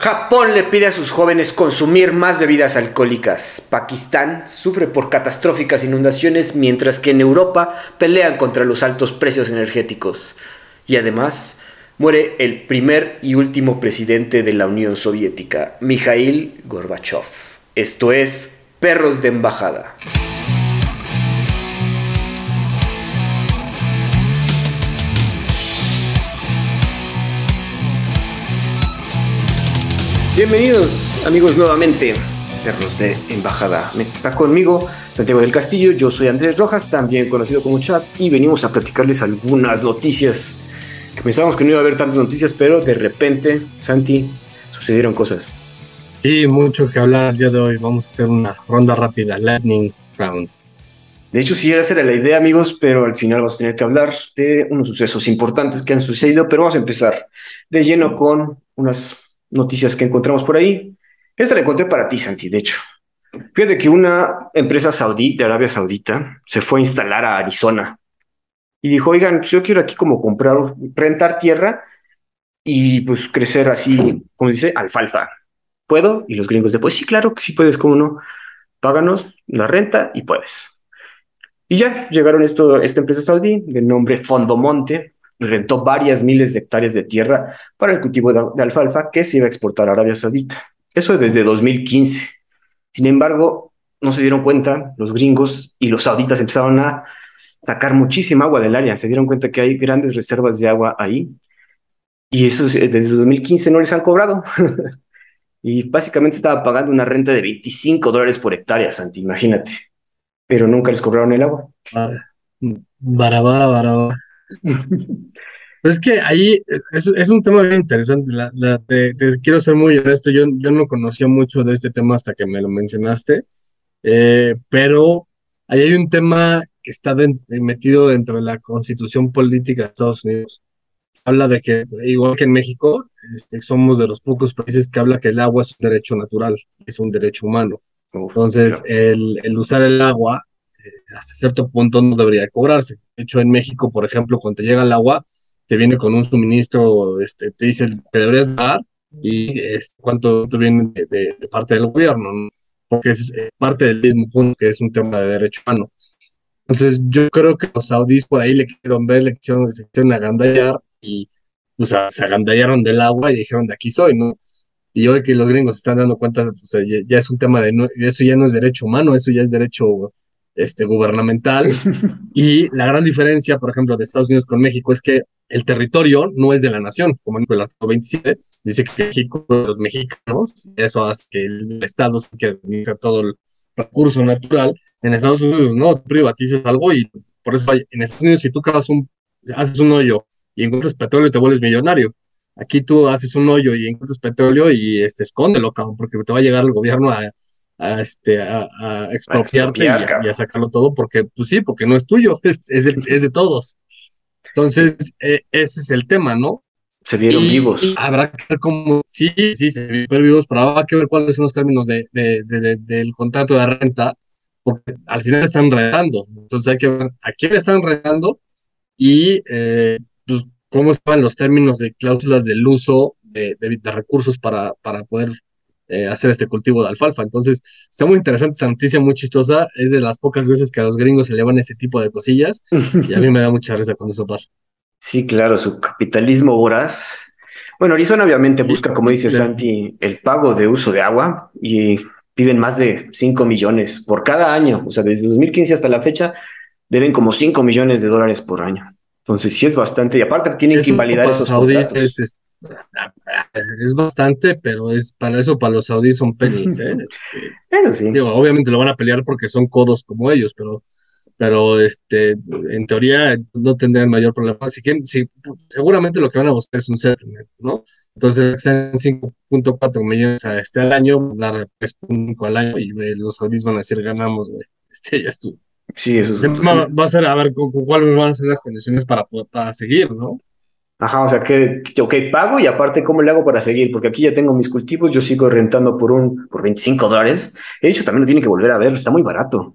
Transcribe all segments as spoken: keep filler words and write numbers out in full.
Japón le pide a sus jóvenes consumir más bebidas alcohólicas. Pakistán sufre por catastróficas inundaciones, mientras que en Europa pelean contra los altos precios energéticos. Y además, muere el primer y último presidente de la Unión Soviética, Mikhail Gorbachev. Esto es Perros de Embajada. Bienvenidos amigos nuevamente, Perros de Embajada. Está conmigo Santiago del Castillo, yo soy Andrés Rojas, también conocido como Chat, y venimos a platicarles algunas noticias. Que pensábamos que no iba a haber tantas noticias, pero de repente, Santi, sucedieron cosas. Sí, mucho que hablar el día de hoy. Vamos a hacer una ronda rápida, Lightning Round. De hecho, sí, esa era la idea, amigos, pero al final vamos a tener que hablar de unos sucesos importantes que han sucedido, pero vamos a empezar de lleno con unas noticias que encontramos por ahí. Esta la encontré para ti, Santi, de hecho. Fíjate que una empresa saudí de Arabia Saudita se fue a instalar a Arizona y dijo, oigan, pues yo quiero aquí como comprar, rentar tierra y pues crecer así, como dice, alfalfa. ¿Puedo? Y los gringos de, pues sí, claro que sí puedes, ¿cómo no? Páganos la renta y puedes. Y ya llegaron esto, esta empresa saudí de nombre Fondomonte, y rentó varias miles de hectáreas de tierra para el cultivo de, de alfalfa que se iba a exportar a Arabia Saudita. Eso desde dos mil quince. Sin embargo, no se dieron cuenta, los gringos y los sauditas empezaron a sacar muchísima agua del área. Se dieron cuenta que hay grandes reservas de agua ahí. Y eso desde dos mil quince no les han cobrado. Y básicamente estaba pagando una renta de veinticinco dólares por hectárea, Santi, imagínate. Pero nunca les cobraron el agua. Barabara, barabara. Pues es que ahí es, es un tema bien interesante. La, la, te, te quiero ser muy honesto, yo, yo no conocía mucho de este tema hasta que me lo mencionaste, eh, pero ahí hay un tema que está de, metido dentro de la constitución política de Estados Unidos. Habla de que, igual que en México, este, somos de los pocos países que habla que el agua es un derecho natural, es un derecho humano. Uf, Entonces, claro. el, el usar el agua, eh, hasta cierto punto no debería cobrarse. De hecho, en México, por ejemplo, cuando te llega el agua, te viene con un suministro, este, te dice que deberías dar y este, cuánto te viene de, de- de parte del gobierno, ¿no? Porque es eh, parte del mismo punto que es un tema de derecho humano. Entonces, yo creo que los saudíes por ahí le quisieron ver, le quisieron, se quisieron agandallar y o sea, se agandallaron del agua y dijeron de aquí soy, ¿no? Y hoy que los gringos se están dando cuenta, pues, ya, ya es un tema de, no- eso ya no es derecho humano, eso ya es derecho este, gubernamental. Y la gran diferencia, por ejemplo, de Estados Unidos con México es que el territorio no es de la nación, como en el artículo veintisiete, dice que México es de los mexicanos, eso hace que el Estado se que administra todo el recurso natural. En Estados Unidos no, tú privatizas algo y por eso hay- en Estados Unidos si tú cavas un, haces un hoyo y encuentras petróleo te vuelves millonario. Aquí tú haces un hoyo y encuentras petróleo y este, escóndelo, cabrón, porque te va a llegar el gobierno a, a, este, a, a A expropiarte y expropiar, a, y a cabrón. sacarlo todo, porque, pues sí, porque no es tuyo, es, es, de, es de todos. Y Entonces, eh, ese es el tema, ¿no? se vieron Y, y vivos. habrá que ver cómo, sí, sí, se vive vivos, pero habrá que ver cuáles son los términos de, de, de, de, del contrato de renta, porque al final están rentando. Entonces, hay que ver a quién le están rentando y eh, pues, cómo están los términos de cláusulas del uso de, de, de recursos para, para poder eh, hacer este cultivo de alfalfa. Entonces, está muy interesante esta noticia, muy chistosa. Es de las pocas veces que a los gringos se le van ese tipo de cosillas y a mí me da mucha risa cuando eso pasa. Sí, claro, su capitalismo voraz. Bueno, Arizona obviamente Sí, busca, como dice Santi, el pago de uso de agua y piden más de cinco millones por cada año. O sea, desde dos mil quince hasta la fecha deben como cinco millones de dólares por año. Entonces sí es bastante. Y aparte tienen que eso invalidar para los esos saudíes es, contratos. es, es bastante, pero es para eso para los saudíes son pennies, ¿eh? Este, Eso sí. digo, obviamente lo van a pelear porque son codos como ellos, pero pero este, en teoría no tendrían mayor problema. Así que sí, seguramente lo que van a buscar es un settlement, ¿no? Entonces, están cinco punto cuatro millones a este al año, dar tres punto cinco al año y güey, los saudíes van a decir ganamos, güey. Este ya estuvo. Sí, eso El es. tema va a ser a ver cu- cu- cuáles van a ser las condiciones para, poder- para seguir, ¿no? Ajá, o sea que, que, ok, pago y aparte, ¿cómo le hago para seguir? Porque aquí ya tengo mis cultivos, yo sigo rentando por un, por veinticinco dólares. Eso también lo tiene que volver a ver, está muy barato.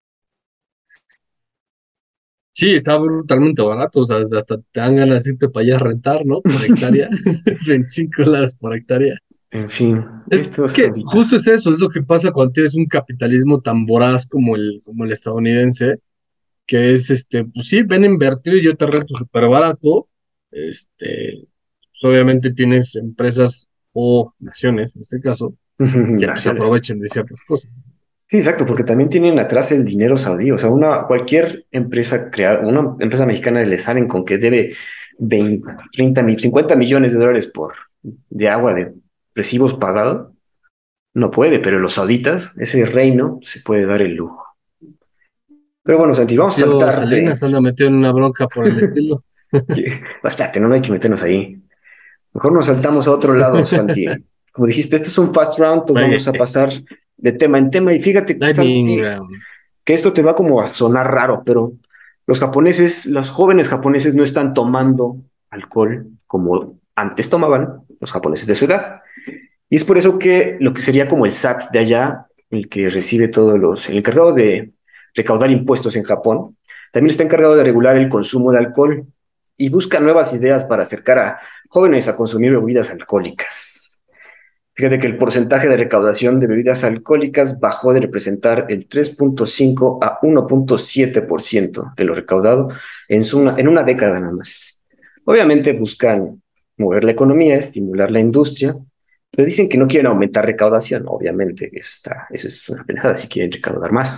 Sí, está brutalmente barato, o sea, hasta te dan ganas de irte para allá a rentar, ¿no? Por hectárea, veinticinco dólares por hectárea. En fin, Es estos que sauditas. justo es eso, es lo que pasa cuando tienes un capitalismo tan voraz como el, como el estadounidense, que es, este, pues sí, ven a invertir y yo te rento súper barato, este, pues obviamente tienes empresas o naciones, en este caso, que pues Naciones. aprovechen de ciertas cosas. Sí, exacto, porque también tienen atrás el dinero saudí. O sea, una, cualquier empresa creada, una empresa mexicana le salen con que debe veinte, treinta, mil, cincuenta millones de dólares por, de agua de recibos pagados. No puede, pero los sauditas, ese reino, se puede dar el lujo. Pero bueno, Santi, El vamos a tío saltar de... Salinas anda metido en una bronca por el estilo. No, espérate, no, no hay que meternos ahí. Mejor nos saltamos a otro lado, Santi. Como dijiste, este es un fast round, pues Muy vamos a bien. pasar de tema en tema. Y fíjate, Lightning Santi, Round. que esto te va como a sonar raro, pero los japoneses, los jóvenes japoneses no están tomando alcohol como antes tomaban los japoneses de su edad. Y es por eso que lo que sería como el S A T de allá, el que recibe todos los, el encargado de recaudar impuestos en Japón, también está encargado de regular el consumo de alcohol y busca nuevas ideas para acercar a jóvenes a consumir bebidas alcohólicas. Fíjate que el porcentaje de recaudación de bebidas alcohólicas bajó de representar el tres punto cinco a uno punto siete por ciento de lo recaudado en, su, en una década nada más. Obviamente buscan mover la economía, estimular la industria, pero dicen que no quieren aumentar recaudación. Obviamente, eso está, eso es una pendejada si quieren recaudar más.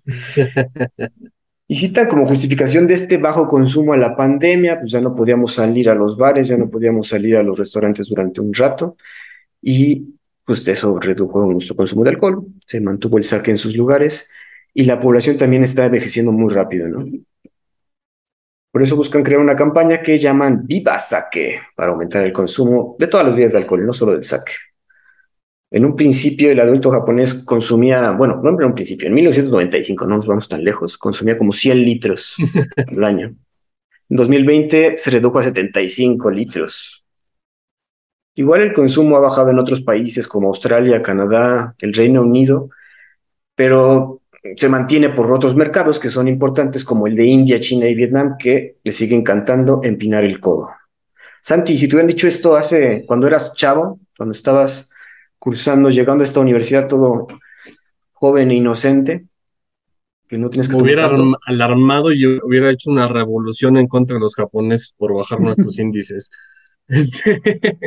Y citan como justificación de este bajo consumo a la pandemia, pues ya no podíamos salir a los bares, ya no podíamos salir a los restaurantes durante un rato y pues eso redujo nuestro consumo de alcohol, se mantuvo el saque en sus lugares y la población también está envejeciendo muy rápido, ¿no? Por eso buscan crear una campaña que llaman Viva Sake para aumentar el consumo de todas las bebidas de alcohol, no solo del sake. En un principio, el adulto japonés consumía, bueno, no en un principio, en mil novecientos noventa y cinco, no nos vamos tan lejos, consumía como cien litros al año. En dos mil veinte se redujo a setenta y cinco litros. Igual el consumo ha bajado en otros países como Australia, Canadá, el Reino Unido, pero se mantiene por otros mercados que son importantes como el de India, China y Vietnam, que le siguen cantando empinar el codo. Santi, si te hubieran dicho esto hace, cuando eras chavo, cuando estabas cursando, llegando a esta universidad todo joven e inocente, que no tienes que Me tomar hubiera arm- tanto. alarmado y hubiera hecho una revolución en contra de los japoneses por bajar nuestros índices. Este,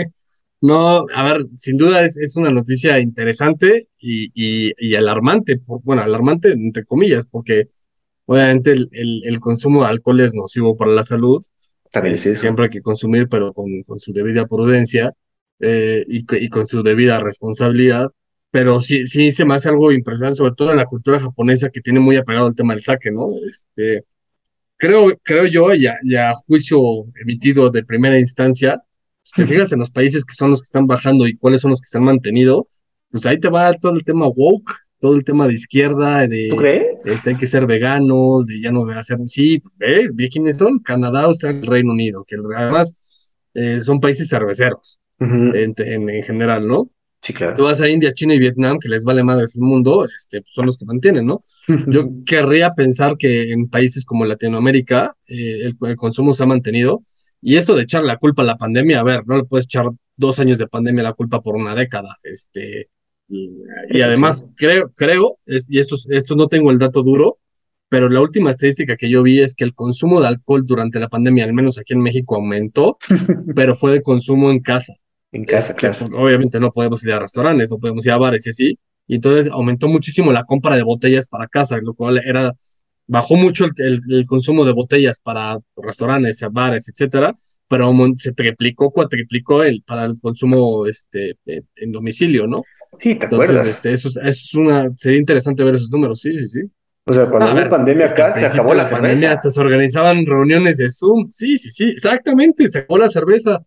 no, a ver, sin duda es, es una noticia interesante y, y- y alarmante, por- bueno, alarmante entre comillas, porque obviamente el, el- el consumo de alcohol es nocivo para la salud, También es es, eso. siempre hay que consumir, pero con, con su debida prudencia eh, y, co- y con su debida responsabilidad. Pero sí, sí se me hace algo impresionante, sobre todo en la cultura japonesa que tiene muy apegado el tema del sake, ¿no? Este, creo, creo yo, ya, ya juicio emitido de primera instancia, si te fijas en los países que son los que están bajando y cuáles son los que se han mantenido, pues ahí te va todo el tema woke, todo el tema de izquierda, ¿Tú de crees? este, hay que ser veganos, de ya no voy a hacer, sí, ¿ves? ¿Ve quiénes son? Canadá, Australia, el Reino Unido, que además eh, son países cerveceros Ujú. en, en, en general, ¿no? Sí, Tú claro. vas a India, China y Vietnam, que les vale madres el mundo, este, pues son los que mantienen, ¿no? Yo querría pensar que en países como Latinoamérica eh, el, el consumo se ha mantenido. Y esto de echar la culpa a la pandemia, a ver, no le puedes echar dos años de pandemia la culpa por una década. Este, y, y Eso sí. además, creo, creo, es- y esto, esto no tengo el dato duro, pero la última estadística que yo vi es que el consumo de alcohol durante la pandemia, al menos aquí en México, aumentó, pero fue de consumo en casa. En casa, Este, claro. pues, obviamente no podemos ir a restaurantes, no podemos ir a bares y así. Y entonces aumentó muchísimo la compra de botellas para casa, lo cual era, bajó mucho el, el- el consumo de botellas para restaurantes, bares, etcétera, pero mon- se triplicó, cuatriplicó el, para el consumo este, eh, en domicilio, ¿no? Sí, ¿te Entonces, acuerdas? este, eso, es- eso es una, sería interesante ver esos números, sí, sí, sí. O sea, cuando Ah, a hubo ver, pandemia es que al acá, se acabó principio la de la pandemia cerveza. hasta se organizaban reuniones de Zoom. Sí, sí, sí, exactamente, se acabó la cerveza.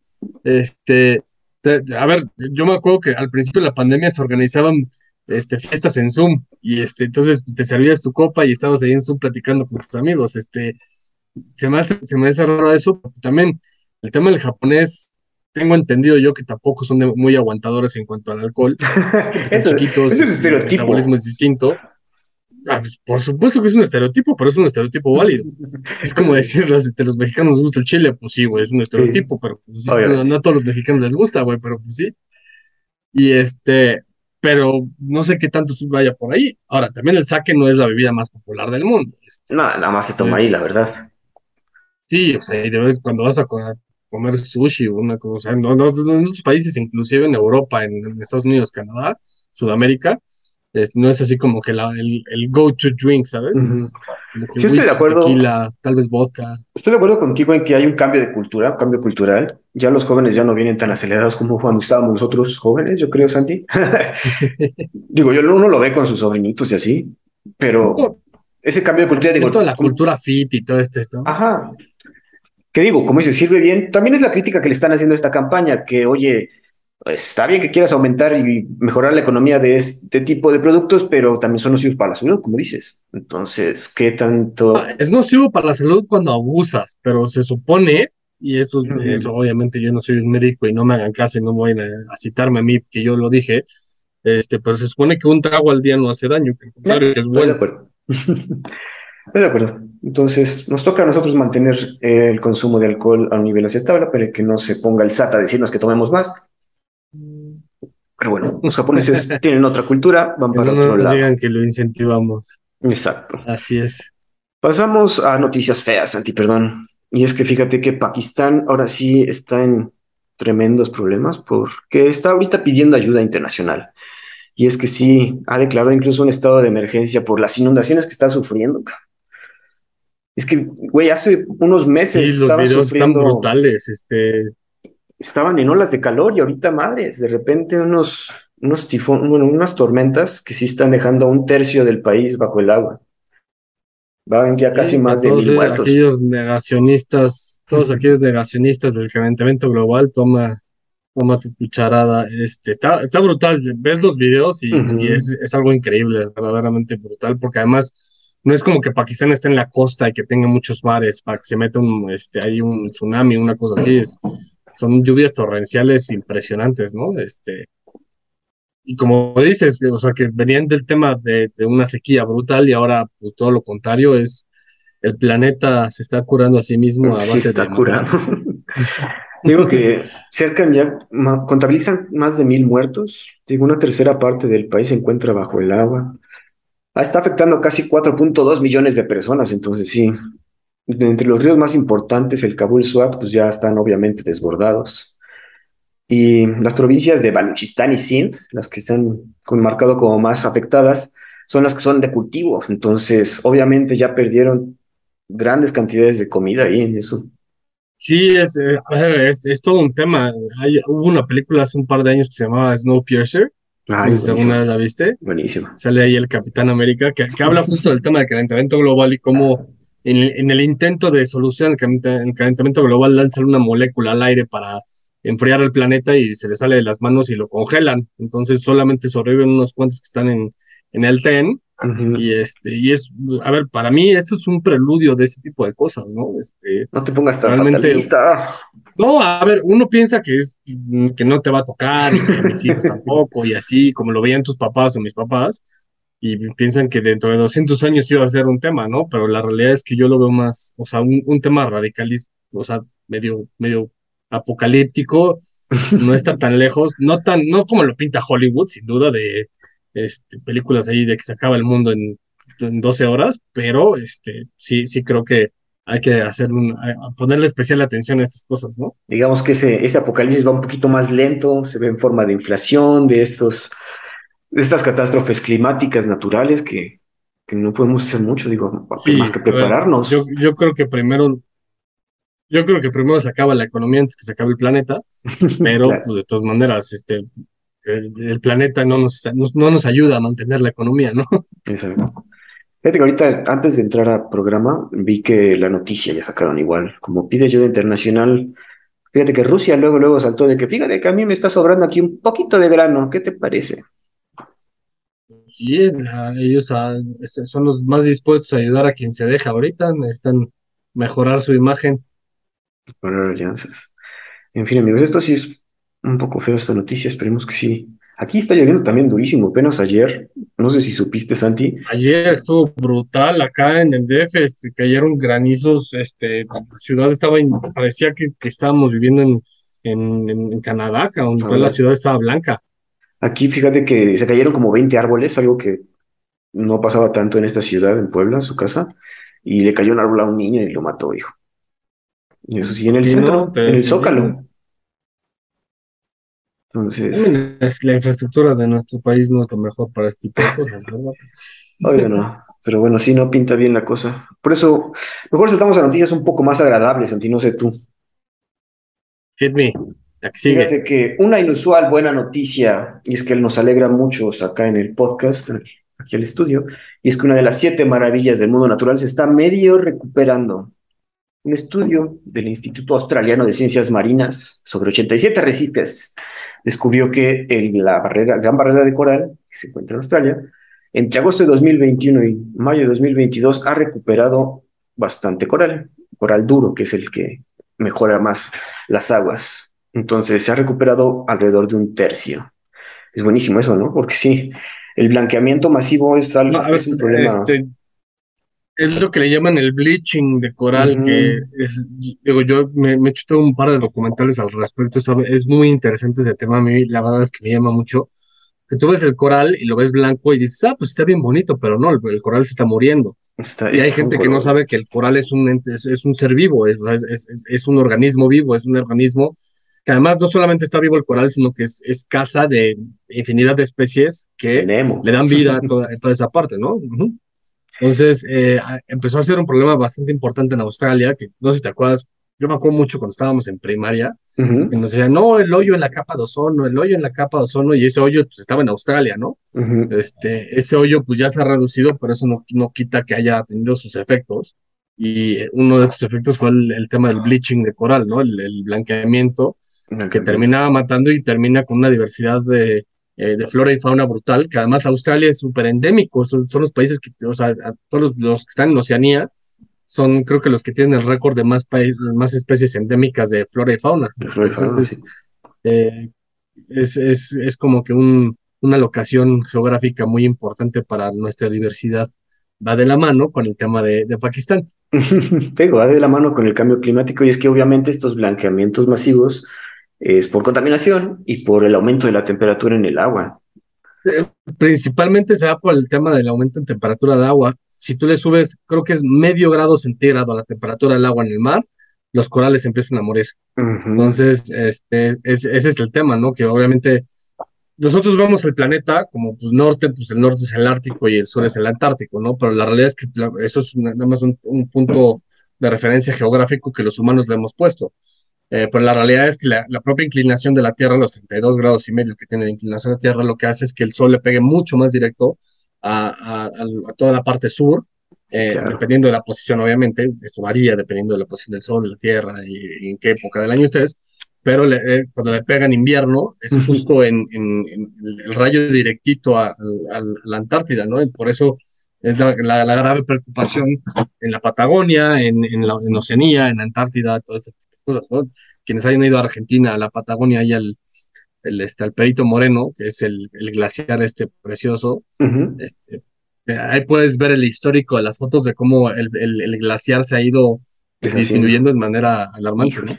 Este, te- a ver, yo me acuerdo que al principio de la pandemia se organizaban este, fiestas en Zoom y este, entonces te servías tu copa y estabas ahí en Zoom platicando con tus amigos. Este, se me hace, se me hace raro eso, porque también el tema del japonés, tengo entendido yo que tampoco son de- muy aguantadores en cuanto al alcohol, pues porque están Eso, chiquitos eso y es su metabolismo estereotipo. es distinto. Ah, pues, por supuesto que es un estereotipo, pero es un estereotipo válido. Es como decir, los, este, los mexicanos nos gusta el chile, pues sí, güey, es un Sí, estereotipo, pero pues, sí, no, no obviamente. a todos los mexicanos les gusta, güey, pero pues sí. Y este, pero no sé qué tanto se vaya por ahí. Ahora, también el sake no es la bebida más popular del mundo. Este, No, nada más se toma es- ahí, la verdad. sí, o sea, y de vez cuando vas a co- a comer sushi o una cosa, en, en otros en otros países, inclusive en Europa, en, en Estados Unidos, Canadá, Sudamérica, es- no es así como que la- el, el go-to drink, ¿sabes? Ujú. Es como que Sí, estoy de whisky, acuerdo. tequila, tal vez vodka. Estoy de acuerdo contigo en que hay un cambio de cultura, un cambio cultural. Ya los jóvenes ya no vienen tan acelerados como cuando estábamos nosotros jóvenes, yo creo, Santi. Digo, yo uno lo ve con sus sobrinitos y así, pero No, ese cambio de cultura, también toda digo, la como- cultura fit y todo esto, esto. ajá, ¿qué digo? Como dice, sirve bien. También es la crítica que le están haciendo a esta campaña, que oye, pues, está bien que quieras aumentar y mejorar la economía de este tipo de productos, pero también son nocivos para la salud, como dices. Entonces, ¿qué Ah, tanto? es nocivo para la salud cuando abusas, pero se supone, y eso, eso Ujú. obviamente yo no soy un médico y no me hagan caso y no me vayan a, a citarme a mí que yo lo dije, este, pero se supone que un trago al día no hace daño, que al Ya, contrario, que es estoy de bueno. acuerdo. Estoy de acuerdo. Entonces, nos toca a nosotros mantener eh, el consumo de alcohol a un nivel aceptable para que no se ponga el S A T a decirnos que tomemos más. Pero bueno, los japoneses tienen otra cultura, van Que para no otro nos lado. digan que lo incentivamos. Exacto. Así es. Pasamos a noticias feas, Santi, perdón. Y es que fíjate que Pakistán ahora sí está en tremendos problemas porque está ahorita pidiendo ayuda internacional. Y es que sí, ha declarado incluso un estado de emergencia por las inundaciones que está sufriendo. Es que, güey, hace unos Y meses los estaban videos están sufriendo, brutales, este, estaban en olas de calor y ahorita madres, de repente unos, unos tifón, bueno, unas tormentas que sí están dejando a un tercio del país bajo el agua. Van ya casi sí, que a más de todos mil eh, muertos. aquellos negacionistas, todos aquellos negacionistas del calentamiento global, toma toma tu cucharada. Este, está, está brutal. Ves los videos y, y Ujú. es, es algo increíble, verdaderamente brutal, porque además no es como que Pakistán esté en la costa y que tenga muchos mares para que se meta un, este, hay un tsunami, una cosa así. Es, son lluvias torrenciales impresionantes, ¿no? Este, y como dices, o sea, que venían del tema de, de una sequía brutal y ahora, pues todo lo contrario, es el planeta se está curando a sí mismo a Sí base está de curando. matarnos. Digo que cerca ya ma- contabilizan más de mil muertos. Digo, una tercera parte del país se encuentra bajo el agua. Ah, está afectando casi cuatro punto dos millones de personas, entonces sí. De entre los ríos más importantes, el Kabul Swat, pues ya están obviamente desbordados. Y las provincias de Baluchistán y Sindh, las que están con marcado como más afectadas, son las que son de cultivo. Entonces, obviamente ya perdieron grandes cantidades de comida ahí en eso. Sí, es, eh, a ver, es, es todo un tema. Hay, hubo una película hace un par de años que se llamaba Snowpiercer, no Ay, sé si alguna buenísimo, vez la viste. buenísimo. Sale ahí el Capitán América, que, que habla justo del tema del calentamiento global y cómo en, el en el intento de solución al calenta- el calentamiento global lanzan una molécula al aire para enfriar el planeta y se le sale de las manos y lo congelan. Entonces solamente sobreviven unos cuantos que están en, en el TEN. Y Ujú. este, y es, a ver, para mí esto es un preludio de ese tipo de cosas, ¿no? Este, No te pongas tan realmente fatalista. no, a ver, uno piensa que es mm, que no te va a tocar y que a mis hijos tampoco y así, como lo veían tus papás o mis papás, y piensan que dentro de doscientos años iba a ser un tema, ¿no? Pero la realidad es que yo lo veo más, o sea, un, un tema radicalista, o sea, medio, medio apocalíptico, no está tan lejos, no tan, no como lo pinta Hollywood, sin duda, de este, películas ahí de que se acaba el mundo en, en doce horas, pero este, sí, sí creo que hay que hacer un, a- a ponerle especial atención a estas cosas, ¿no? Digamos que ese, ese apocalipsis va un poquito más lento, se ve en forma de inflación, de estos, de estas catástrofes climáticas naturales que, que no podemos hacer mucho, digo, que más Sí, que a ver, yo, prepararnos. yo creo que primero, yo creo que primero se acaba la economía antes que se acabe el planeta, pero Claro, pues de todas maneras, este, el, el planeta no nos, no, no nos ayuda a mantener la economía, ¿no? eso. Fíjate que ahorita, antes de entrar al programa, vi que la noticia ya sacaron igual, como pide ayuda internacional. Fíjate que Rusia luego, luego saltó de que, fíjate que a mí me está sobrando aquí un poquito de grano, ¿qué te parece? Sí, la- ellos ah, este, son los más dispuestos a ayudar a quien se deja ahorita, necesitan mejorar su imagen. Para alianzas. En fin, amigos, esto sí es un poco feo esta noticia, esperemos que sí. Aquí está lloviendo también durísimo, apenas ayer, no sé si supiste, Santi. Ayer estuvo brutal acá en el D F, este, cayeron granizos, este, la ciudad estaba, in- parecía que, que estábamos viviendo en, en, en Canadá, donde toda la Ahora, ciudad estaba blanca. Aquí fíjate que se cayeron como veinte árboles, algo que no pasaba tanto en esta ciudad, en Puebla, su casa, y le cayó un árbol a un niño y lo mató, hijo. Y eso sí, en el Sí, no, centro, en te, el te digo. Zócalo. Entonces, También es- la infraestructura de nuestro país no es lo mejor para este tipo de cosas, ¿verdad? oiga, no. Pero bueno, sí, no pinta bien la cosa. Por eso, mejor saltamos a noticias un poco más agradables, Santi, no sé tú. Hit me, la que sigue. Fíjate que una inusual buena noticia, y es que nos alegra mucho acá en el podcast, aquí al estudio, y es que una de las siete maravillas del mundo natural se está medio recuperando. Un estudio del Instituto Australiano de Ciencias Marinas sobre ochenta y siete arrecifes descubrió que el- la barrera, gran barrera de coral, que se encuentra en Australia, entre agosto de dos mil veintiuno y mayo de dos mil veintidós ha recuperado bastante coral, coral duro, que es el que mejora más las aguas. Entonces se ha recuperado alrededor de un tercio. Es buenísimo eso, ¿no? Porque sí, el blanqueamiento masivo es, No, al- a ver, es un problema. este, es lo que le llaman el bleaching de coral, que Ujú. es, digo, yo me, me he hecho un par de documentales al respecto, ¿sabe? Es muy interesante ese tema, a mí la verdad es que me llama mucho, que tú ves el coral y lo ves blanco y dices, ah, pues está bien bonito, pero no, el, el coral se está muriendo. Está, Y es hay que son gente que no colores. sabe que el coral es un, ente- es, es un ser vivo, es, es, es, es un organismo vivo, es un organismo que además no solamente está vivo el coral, sino que es, es casa de infinidad de especies El que le Nemo. dan vida a toda, a toda esa parte, ¿no? Ujú. Entonces, eh, a- empezó a ser un problema bastante importante en Australia, que no sé si te acuerdas, yo me acuerdo mucho cuando estábamos en primaria, que Ujú, nos decían, no, el hoyo en la capa de ozono, el hoyo en la capa de ozono, y ese hoyo pues estaba en Australia, ¿no? ujú. Este, ese hoyo pues ya se ha reducido, pero eso no, no quita que haya tenido sus efectos. Y eh, uno de esos efectos fue el, el tema del bleaching de coral, ¿no? El, el blanqueamiento El que blanqueamiento. terminaba matando y termina con una diversidad de, eh, de flora y fauna brutal, que además Australia es súper endémico, son, son los países que, o sea, a todos los, los que están en Oceanía, son creo que los que tienen el récord de más, paí- más especies endémicas de flora y fauna. De flora y fauna, sí. Entonces, eh, es, es, es como que un, una locación geográfica muy importante para nuestra diversidad. Va de la mano con el tema de, de Pakistán. Pero va de la mano con el cambio climático y es que obviamente estos blanqueamientos masivos es por contaminación y por el aumento de la temperatura en el agua. Eh, Principalmente se da por el tema del aumento en temperatura de agua. Si tú le subes, creo que es medio grado centígrado a la temperatura del agua en el mar, los corales empiezan a morir. Ujú, Entonces, este, es- ese es el tema, ¿no? Que obviamente nosotros vemos el planeta como pues norte, pues el norte es el Ártico y el sur es el Antártico, ¿no? Pero la realidad es que la- eso es una- nada más un, un punto de referencia geográfico que los humanos le hemos puesto. Eh, pero la realidad es que la, la propia inclinación de la Tierra, los treinta y dos grados y medio que tiene de inclinación de la Tierra, lo que hace es que el Sol le pegue mucho más directo a, a- a- a toda la parte sur, sí, eh, claro. dependiendo de la posición, obviamente. Esto varía dependiendo de la posición del Sol, de la Tierra y, y en qué época del año estés. Pero le- eh, cuando le pega en invierno, es justo en, en- en el rayo directito a, a- a la Antártida, ¿no? Y por eso es la, la- la grave preocupación en la Patagonia, en, en la, en Oceanía, en Antártida, todo este tipo de cosas, ¿no? Quienes hayan ido a Argentina, a la Patagonia, y al, el, este, al Perito Moreno, que es el, el glaciar este precioso, Ujú, este, eh, ahí puedes ver el histórico de las fotos de cómo el, el- el glaciar se ha ido eh, deshaciendo. disminuyendo de manera alarmante, ¿no? Híjole.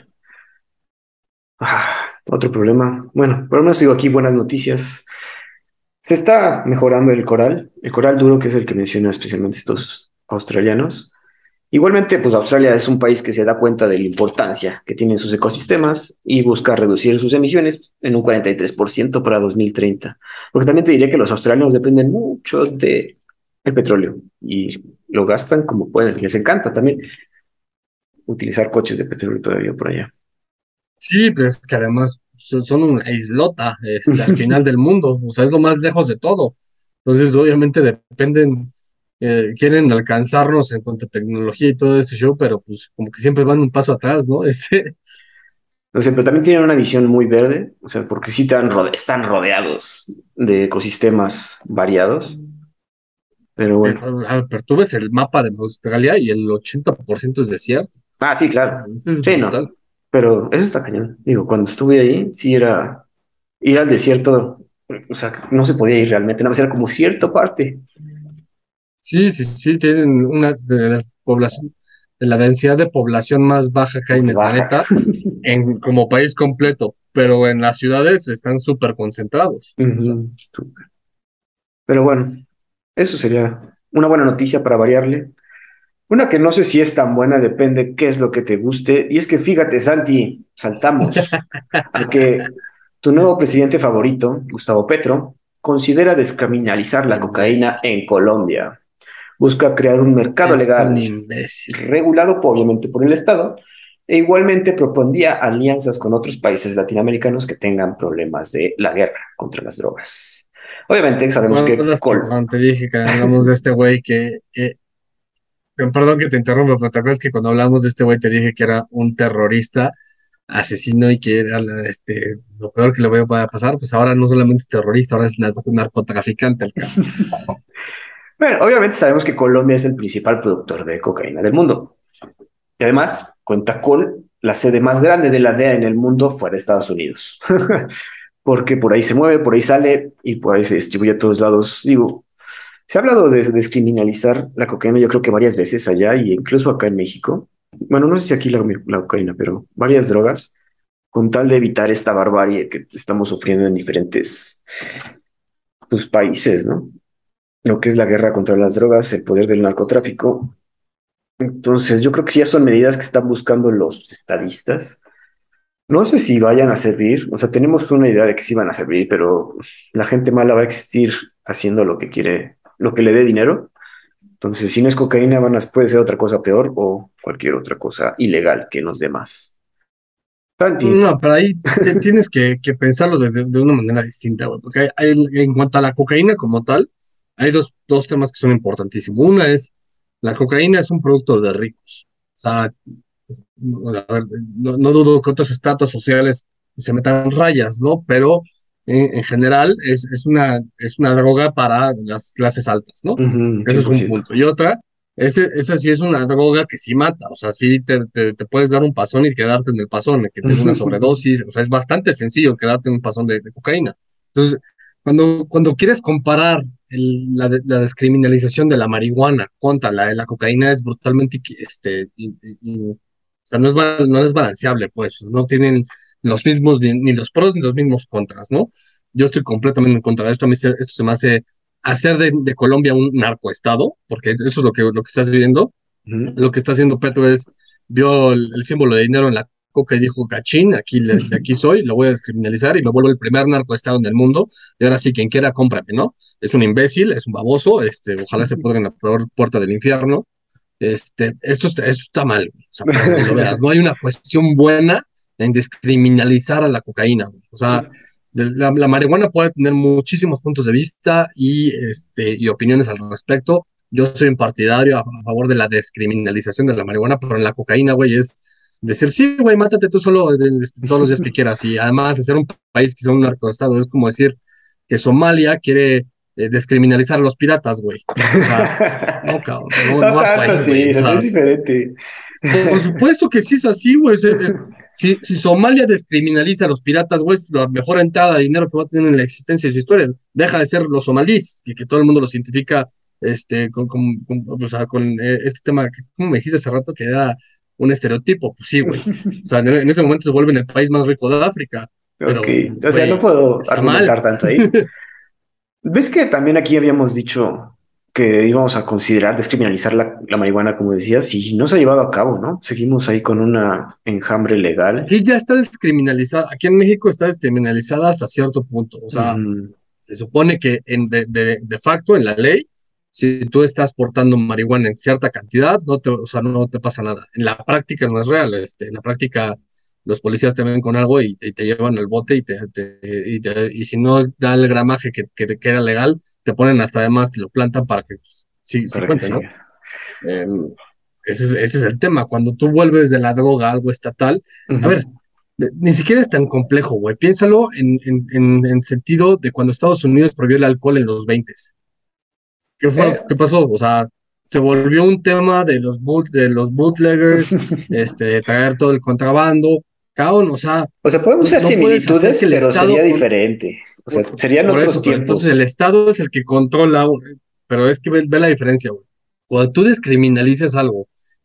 Ah, otro problema. Bueno, por lo menos digo aquí buenas noticias. Se está mejorando el coral, el coral duro, que es el que mencionan especialmente estos australianos. Igualmente, pues Australia es un país que se da cuenta de la importancia que tienen sus ecosistemas y busca reducir sus emisiones en un cuarenta y tres por ciento para dos mil treinta. Porque también te diré que los australianos dependen mucho de el petróleo y lo gastan como pueden. Les encanta también utilizar coches de petróleo todavía por allá. Sí, pues es que además son son una islota, este, al final del mundo, o sea, es lo más lejos de todo. Entonces, obviamente dependen, eh, quieren alcanzarnos en cuanto a tecnología y todo ese show, pero pues como que siempre van un paso atrás, ¿no? Este, No sé, pero también tienen una visión muy verde, o sea, porque sí están, rode- están rodeados de ecosistemas variados, pero eh, bueno. a ver, pero tú ves el mapa de Australia y el ochenta por ciento es desierto. Ah, sí, O sea, claro. eso es Sí, brutal. no. Pero eso está cañón. Digo, cuando estuve ahí, sí era ir al desierto, o sea, no se podía ir realmente, nada más era como cierta parte. Sí, sí, sí, tienen una de las poblaciones. la densidad de población más baja que hay en Más el baja. planeta, en, como país completo, pero en las ciudades están súper concentrados. O sea, Ujú. Pero bueno, eso sería una buena noticia para variarle. Una que no sé si es tan buena, depende qué es lo que te guste. Y es que fíjate, Santi, saltamos a que tu nuevo presidente favorito, Gustavo Petro, considera descriminalizar la cocaína imbécil. en Colombia. Busca crear un mercado Es un legal, imbécil. regulado obviamente por el Estado, e igualmente propondría alianzas con otros países latinoamericanos que tengan problemas de la guerra contra las drogas. Obviamente ¿Te sabemos que acuerdas que Col cuando te dije que hablamos de este güey que, eh, perdón que te interrumpa, pero te acuerdas que cuando hablamos de este güey te dije que era un terrorista, asesino y que era la- este, lo peor que le voy a pasar? Pues ahora no solamente es terrorista, ahora es narco- narcotraficante el cabrón. Bueno, obviamente sabemos que Colombia es el principal productor de cocaína del mundo. Y además cuenta con la sede más grande de la D E A en el mundo fuera de Estados Unidos. Porque por ahí se mueve, por ahí sale y por ahí se distribuye a todos lados. Digo, se ha hablado de descriminalizar la cocaína, yo creo que varias veces allá y incluso acá en México. Bueno, no sé si aquí la, la cocaína, pero varias drogas, con tal de evitar esta barbarie que estamos sufriendo en diferentes pues, países, ¿no? Lo que es la guerra contra las drogas, el poder del narcotráfico. Entonces, yo creo que sí ya son medidas que están buscando los estadistas. No sé si vayan a servir, o sea, tenemos una idea de que sí van a servir, pero la gente mala va a existir haciendo lo que quiere, lo que le dé dinero. Entonces, si no es cocaína, van a, puede ser otra cosa peor o cualquier otra cosa ilegal que nos dé más. Santi. No, pero ahí te- tienes que, que pensarlo de, de- de una manera distinta, güey, porque hay- hay- en cuanto a la cocaína como tal, hay dos, dos temas que son importantísimos. Una es, la cocaína es un producto de ricos. O sea, no, a ver, no- no dudo que otros estratos sociales se metan rayas, ¿no? Pero en, en general es, es una, es una droga para las clases altas, ¿no? Ujú, Ese es un cien por ciento. punto. Y otra, ese, esa sí es una droga que sí mata, o sea, sí te, te, te puedes dar un pasón y quedarte en el pasón, que te dé una sobredosis, o sea, es bastante sencillo quedarte en un pasón de, de cocaína. Entonces, cuando, cuando quieres comparar el- la, de- la descriminalización de la marihuana contra la de la cocaína, es brutalmente este, o sea, no es, ba- no es balanceable, pues, no tienen los mismos, ni, ni los pros ni los mismos contras, ¿no? Yo estoy completamente en contra de esto, a mí se- esto se me hace hacer de, de Colombia un narcoestado, porque eso es lo que, lo que estás viendo. Ujú. Lo que está haciendo Petro es, vio el, el símbolo de dinero en la coca y dijo, cachín, aquí, le- de aquí soy, lo voy a descriminalizar y me vuelvo el primer narcoestado en el mundo, y ahora sí, quien quiera, cómprame, ¿no? Es un imbécil, es un baboso, este, ojalá se ponga en la peor puerta del infierno, este, esto, está- esto está mal, güey. O sea, por donde lo veas. No hay una cuestión buena en descriminalizar a la cocaína, güey. O sea, la, la marihuana puede tener muchísimos puntos de vista y, este, y opiniones al respecto. Yo soy un partidario a, a favor de la descriminalización de la marihuana, pero en la cocaína, güey, es decir, sí, güey, mátate tú solo de- de- todos los días que quieras. Y además, hacer un país que sea un narcoestado es como decir que Somalia quiere eh, descriminalizar a los piratas, güey. O sea, no, cabrón, no, no No va por tanto, ahí, güey. sí, O no es sea, diferente. por supuesto que sí es así, güey. Es- es- Si, si Somalia descriminaliza a los piratas, güey, es la mejor entrada de dinero que va a tener en la existencia de su historia. Deja de ser los somalíes, y que todo el mundo los identifica este, con, con- con- o sea, con eh, este tema, que, como me dijiste hace rato, que era un estereotipo. Pues sí, güey. O sea, en, en ese momento se vuelven el país más rico de África, Ok, pero, o sea, no güey, puedo está mal. argumentar tanto ahí. ¿Ves que también aquí habíamos dicho que íbamos a considerar descriminalizar la, la marihuana, como decías, y no se ha llevado a cabo, ¿no? Seguimos ahí con una enjambre legal. Aquí ya está descriminalizada, aquí en México está descriminalizada hasta cierto punto. O sea, Ujú, se supone que en, de, de, de facto en la ley, si tú estás portando marihuana en cierta cantidad, no te, o sea, no te pasa nada. En la práctica no es real. Este, en la práctica los policías te ven con algo y te, y te llevan al bote y, te, te- y, te- y si no da el gramaje que, que, que era legal, te ponen hasta además, te lo plantan para que pues, sí, sí para que cuente, ¿no? siga. Eh, ese es, ese es el tema. Cuando tú vuelves de la droga a algo estatal, a ver, Ujú. de- ni siquiera es tan complejo, güey. Piénsalo en, en, en, en sentido de cuando Estados Unidos prohibió el alcohol en los veinte. ¿Qué fue lo Eh, que pasó? O sea, se volvió un tema de los, boot, de los bootleggers, este, de traer todo el contrabando. Cabrón, o sea, O sea, podemos no, hacer no puedes hacer que similitudes, el pero Estado sería con, diferente. O sea, por, serían por otros eso, pero entonces el tiempos. Estado es el que controla, pero es que ve, ve la diferencia, güey. Cuando tú descriminalizas algo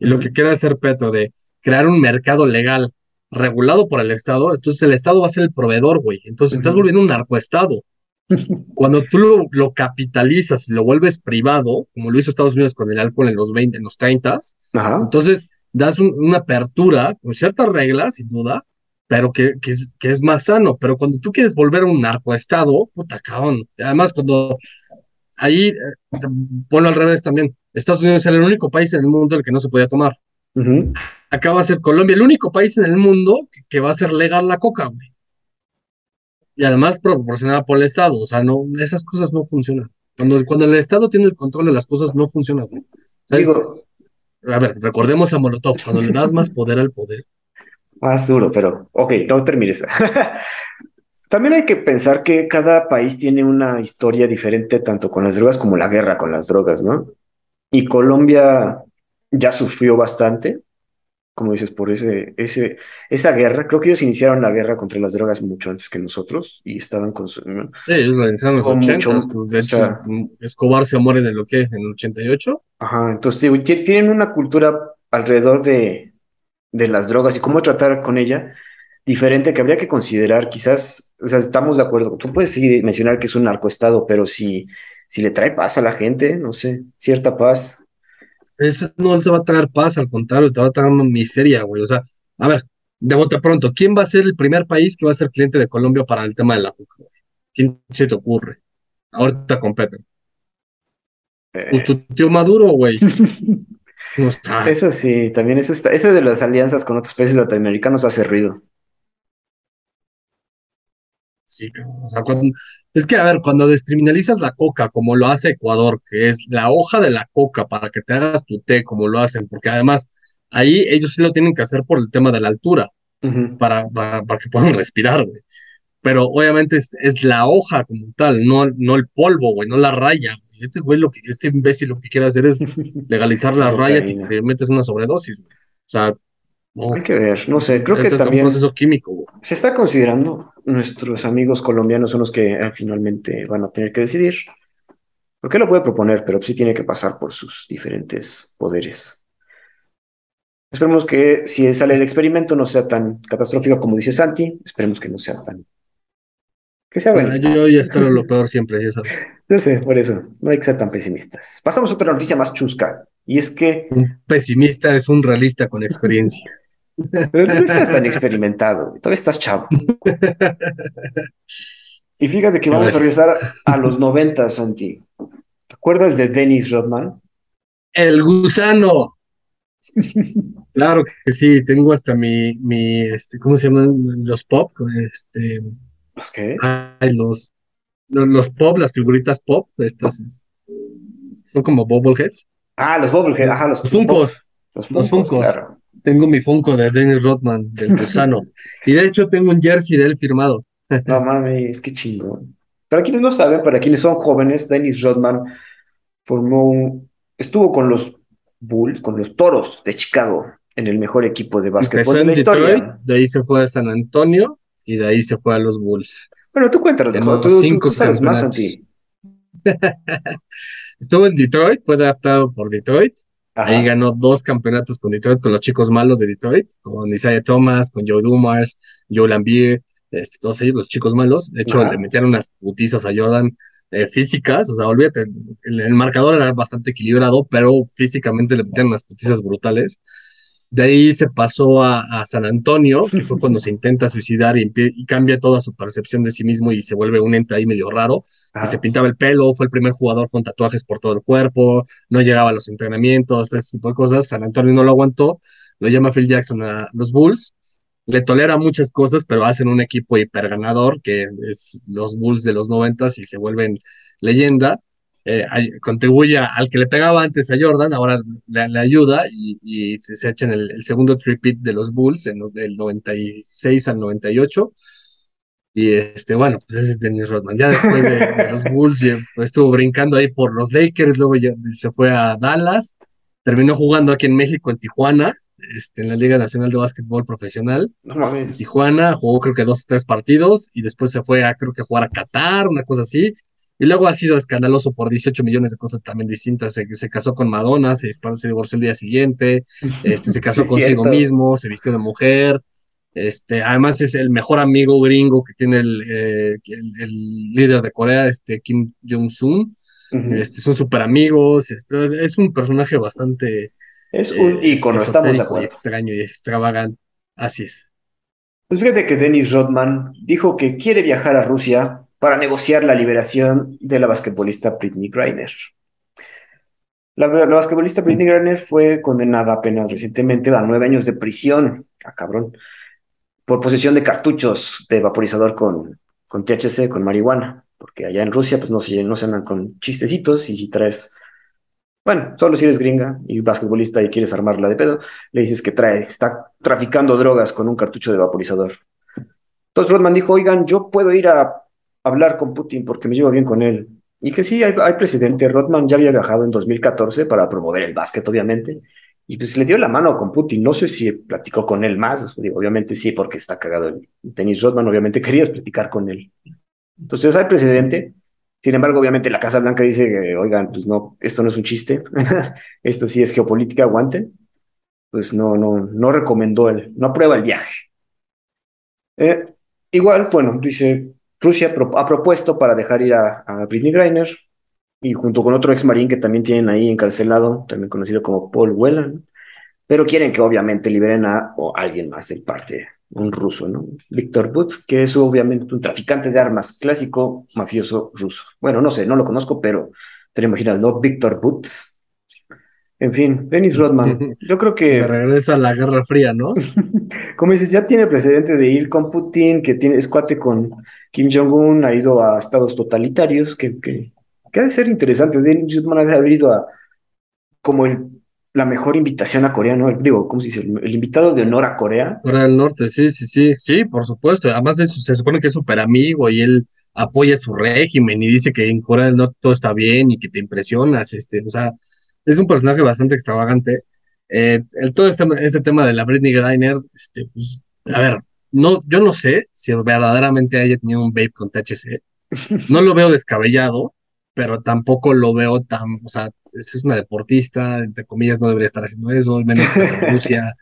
Y lo que Ujú, quiere hacer Petro de crear un mercado legal regulado por el Estado, entonces el Estado va a ser el proveedor, güey. Entonces estás ujú. volviendo un narcoestado. Cuando tú lo, lo capitalizas y lo vuelves privado, como lo hizo Estados Unidos con el alcohol en los veinte, en los treinta, Ajá. entonces das un- una apertura con ciertas reglas, sin duda, pero que, que es, que es más sano. Pero cuando tú quieres volver a un narcoestado, puta cabrón. Además, cuando ahí, eh, ponlo al revés también, Estados Unidos era el único país en el mundo en el que no se podía tomar. Ujú. Acá va a ser Colombia el único país en el mundo que, que va a ser legal la coca, güey. Y además proporcionada por el Estado. O sea, no, esas cosas no funcionan. Cuando, cuando el Estado tiene el control de las cosas, no funciona, güey. ¿Sabes? Digo, A ver, recordemos a Molotov, cuando le das más poder al poder. más duro, pero ok, no termines. También hay que pensar que cada país tiene una historia diferente, tanto con las drogas como la guerra con las drogas, ¿no? Y Colombia ya sufrió bastante, como dices, por ese, ese, esa guerra. Creo que ellos iniciaron la guerra contra las drogas mucho antes que nosotros y estaban con su, ¿no? Sí, ellos lo iniciaron en los Estuvo mucho, ochentas. De o hecho, sea, Escobar se muere de lo que, en el ochenta y ocho. ajá, entonces digo, ti- tienen una cultura alrededor de, de las drogas y cómo tratar con ella diferente que habría que considerar, quizás, o sea, estamos de acuerdo, tú puedes sí mencionar que es un narcoestado, pero si, si le trae paz a la gente, no sé, cierta paz. Eso no te va a traer paz, al contrario, te va a traer una miseria, güey. O sea, a ver, de bote pronto, ¿quién va a ser el primer país que va a ser cliente de Colombia para el tema de la coca, güey? ¿Quién se te ocurre? Ahorita competen. Pues Eh, tu tío Maduro, güey. O sea, Eso sí, también eso está, eso de las alianzas con otros países latinoamericanos hace ruido. sí, o sea, cuando- es que, a ver, cuando descriminalizas la coca, como lo hace Ecuador, que es la hoja de la coca para que te hagas tu té, como lo hacen, porque además ahí ellos sí lo tienen que hacer por el tema de la altura, Ujú. para, para, para que puedan respirar, güey. Pero obviamente es, es la hoja como tal, no, no el polvo, güey, no la raya, güey. Este güey, lo que, este imbécil lo que quiere hacer es legalizar La las rayas y que te cocaína. metes una sobredosis, güey. O sea, no, Hay que ver, no es, sé, es, creo que es un también proceso químico, güey. se está considerando, nuestros amigos colombianos son los que eh, finalmente van a tener que decidir, porque lo puede proponer, pero sí tiene que pasar por sus diferentes poderes. Esperemos que si sale el experimento no sea tan catastrófico como dice Santi, esperemos que no sea tan, que sea Ah, bueno. yo ya espero lo peor siempre, ya sabes. No sé, por eso, no hay que ser tan pesimistas. Pasamos a otra noticia más chusca, y es que, Un pesimista es un realista con experiencia. pero no estás tan experimentado, todavía estás chavo. Y fíjate que vamos a Gracias. regresar a los noventa, Santi. ¿Te acuerdas de Dennis Rodman? El gusano. Claro que sí, tengo hasta mi, mi, este, ¿cómo se llaman los pop? Este, ¿Los qué? ay, los, los, los pop, las figuritas pop, estas este, son como bobbleheads. Ah, los Bubblehead, Los, ajá, los, los los Pop, Funkos, los los Funkos, Funkos. claro. Tengo mi Funko de Dennis Rodman, del gusano. Y de hecho tengo un jersey de él firmado. No mames, qué chingón. Para quienes no saben, para quienes son jóvenes, Dennis Rodman formó un, estuvo con los Bulls, con los Toros de Chicago, en el mejor equipo de básquetbol Empezó de la en Detroit, historia. de ahí se fue a San Antonio y de ahí se fue a los Bulls. Bueno, tú cuéntanos mejor, Ganó tú, tú, tú cinco sabes más, campeonatos. Santi. Estuvo en Detroit, fue draftado por Detroit. Ahí Ajá, ganó dos campeonatos con Detroit, con los chicos malos de Detroit, con Isaiah Thomas, con Joe Dumars, Joe Lambier, este, todos ellos, los chicos malos. De hecho, le ajá, metieron unas putizas a Jordan eh, físicas, o sea, olvídate, el, el marcador era bastante equilibrado, pero físicamente le metieron unas putizas brutales. De ahí se pasó a, a San Antonio, que fue cuando se intenta suicidar y, empie- y cambia toda su percepción de sí mismo y se vuelve un ente ahí medio raro, que se ajá, pintaba el pelo, fue el primer jugador con tatuajes por todo el cuerpo, no llegaba a los entrenamientos, ese tipo de cosas. San Antonio no lo aguantó, lo llama Phil Jackson a los Bulls, le tolera muchas cosas, pero hacen un equipo hiperganador, que es los Bulls de los noventas y se vuelven leyenda. Eh, ay- contribuye a- al que le pegaba antes a Jordan, ahora le, le ayuda y, y se, se echan el, el segundo tripit de los Bulls en los del noventa y seis al noventa y ocho. Y este, bueno, pues ese es Dennis Rodman. Ya después de, de los Bulls, ya, pues, estuvo brincando ahí por los Lakers, luego ya se fue a Dallas, terminó jugando aquí en México, en Tijuana, este, en la Liga Nacional de Básquetbol Profesional. no En mames. Tijuana jugó creo que dos o tres partidos y después se fue a, creo que jugar a Qatar, una cosa así. Y luego ha sido escandaloso por dieciocho millones de cosas también distintas. Se, se casó con Madonna, se, disparó- se divorció el día siguiente, este, se Sí, casó es consigo cierto. mismo, se vistió de mujer. Este, además es el mejor amigo gringo que tiene el, eh, el, el líder de Corea, este Kim Jong-un. Ujú. Este, son súper amigos. Este, es, es un personaje bastante Es un eh, es- ícono, estamos de esotérico y acuerdo. extraño y extravagante. Así es. Pues fíjate que Dennis Rodman dijo que quiere viajar a Rusia para negociar la liberación de la basquetbolista Britney Griner. La, la basquetbolista Britney Griner fue condenada apenas recientemente a nueve años de prisión, ah, cabrón, por posesión de cartuchos de vaporizador con, con T H C, con marihuana, porque allá en Rusia pues no se, no se andan con chistecitos y si traes, bueno, solo si eres gringa y basquetbolista y quieres armarla de pedo, le dices que trae, está traficando drogas con un cartucho de vaporizador. Entonces Rodman dijo, oigan, yo puedo ir a hablar con Putin porque me llevo bien con él. Y que sí, hay, hay precedente. Rodman ya había viajado en dos mil catorce para promover el básquet, obviamente. Y pues le dio la mano con Putin. No sé si platicó con él más. Digo, obviamente sí, porque está cagado el tenis Rodman. Obviamente querías platicar con él. Entonces hay precedente. Sin embargo, obviamente la Casa Blanca dice, que, oigan, pues no, esto no es un chiste. Esto sí es geopolítica, aguanten. Pues no, no, no recomendó el, no aprueba el viaje. Eh, igual, bueno, dice, Rusia pro- ha propuesto para dejar ir a, a Britney Griner y junto con otro ex marín que también tienen ahí encarcelado, también conocido como Paul Whelan, pero quieren que obviamente liberen a o alguien más del parte, un ruso, ¿no? Víctor Butt, que es obviamente un traficante de armas clásico mafioso ruso. Bueno, no sé, no lo conozco, pero te lo imaginas, ¿no? Víctor Butt. En fin, Dennis Rodman. Yo creo De que regreso a la Guerra Fría, ¿no? como dices, ya tiene precedente de ir con Putin, que tiene es cuate con Kim Jong-un, ha ido a estados totalitarios, que, que, que ha de ser interesante. Denis Rodman ha de haber ido a como el, la mejor invitación a Corea, ¿no? Digo, ¿cómo se dice? El, el invitado de honor a Corea. Corea del Norte, sí, sí, sí, sí, por supuesto. Además, es- se supone que es súper amigo y él apoya su régimen y dice que en Corea del Norte todo está bien y que te impresionas, este, o sea, es un personaje bastante extravagante. Eh, el, todo este, este tema de la Britney Griner, este, pues, a ver, no, yo no sé si verdaderamente haya tenido un vape con T H C. No lo veo descabellado, pero tampoco lo veo tan, o sea, es una deportista, entre comillas, no debería estar haciendo eso, y menos estás en Rusia.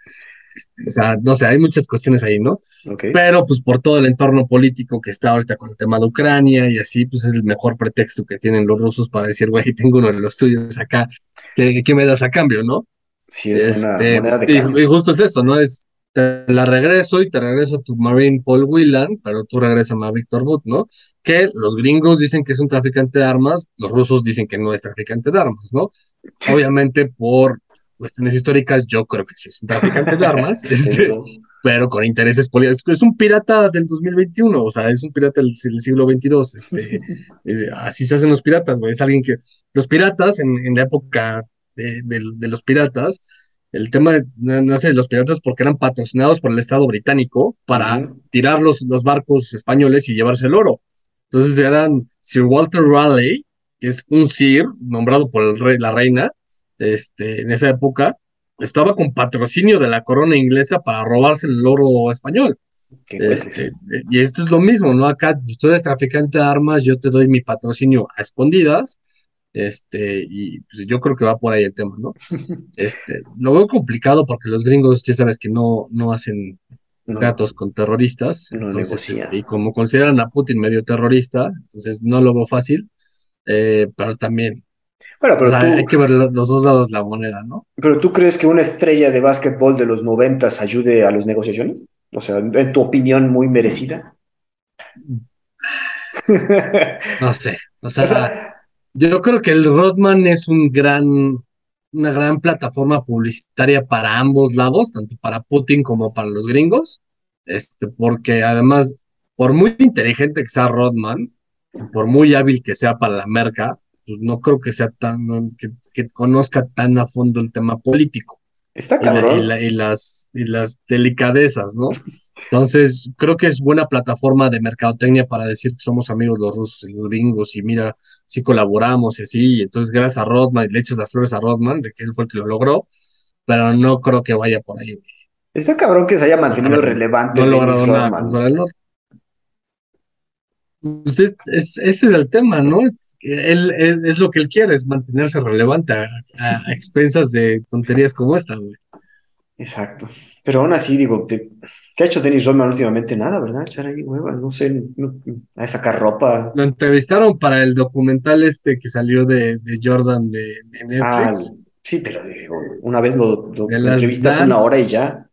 O sea, no sé, hay muchas cuestiones ahí, ¿no? Ok. Pero pues por todo el entorno político que está ahorita con el tema de Ucrania y así, pues es el mejor pretexto que tienen los rusos para decir, güey, tengo uno de los tuyos acá, ¿qué, qué me das a cambio, no? Sí, es buena Este, moneda de y, cambio. y justo es eso, ¿no? Es, te la regreso y te regreso a tu Marine Paul Whelan, pero tú regresas a Víctor Butt, ¿no? Que los gringos dicen que es un traficante de armas, los rusos dicen que no es traficante de armas, ¿no? Obviamente por cuestiones históricas, yo creo que sí es un traficante de armas, este, Eso. pero con intereses políticos. Es un pirata del dos mil veintiuno, o sea, es un pirata del, del siglo veintidós, este, es- así se hacen los piratas, güey, es alguien que, los piratas en, en la época de, de- de los piratas, el tema de, no, no sé, los piratas porque eran patrocinados por el Estado británico para Ujú. tirar los, los barcos españoles y llevarse el oro. Entonces eran Sir Walter Raleigh, que es un sir nombrado por el rey, la reina, este, en esa época, estaba con patrocinio de la corona inglesa para robarse el oro español. Qué Este, hueses. y esto es lo mismo, ¿no? Acá tú eres traficante de armas, yo te doy mi patrocinio a escondidas, este, y pues, yo creo que va por ahí el tema, ¿no? Este, lo veo complicado porque los gringos, ya sabes que no, no hacen No, tratos con terroristas, no entonces, este, y negocia. como consideran a Putin medio terrorista, entonces no lo veo fácil, eh, pero también, Bueno, o pero sea, hay tú, que ver lo- los dos lados de la moneda, ¿no? pero tú crees que una estrella de básquetbol de los noventas ayude a las negociaciones? O sea, en tu opinión, muy merecida. No sé, o O sea, sea, yo creo que el Rodman es un gran, una gran plataforma publicitaria para ambos lados, tanto para Putin como para los gringos, este, porque además, por muy inteligente que sea Rodman, y por muy hábil que sea para la merca, pues no creo que sea tan, que, que conozca tan a fondo el tema político está y, la- y la- cabrón. y las, y las delicadezas, ¿no? Entonces, creo que es buena plataforma de mercadotecnia para decir que somos amigos los rusos y los gringos y mira, si colaboramos y así, y entonces gracias a Rodman, le echas las flores a Rodman, de que él fue el que lo logró, pero no creo que vaya por ahí. Está cabrón que se haya A mantenido ver, no, no relevante ha Dennis logrado nada con Rodman. Corea del Norte. Pues es, es- ese es el tema, ¿no? Es él, él- es lo que él quiere, es mantenerse relevante a, a- a expensas de tonterías como esta, güey. Exacto. Pero aún así, digo, te- ¿qué ha hecho Dennis Rodman últimamente? Nada, ¿verdad? Echar ahí hueva, no sé, no- a sacar ropa. Lo entrevistaron para el documental este que salió de, de Jordan de, de Ah, Netflix, sí, pero digo, una vez lo, lo- de lo las entrevistas una hora Dance. y ya,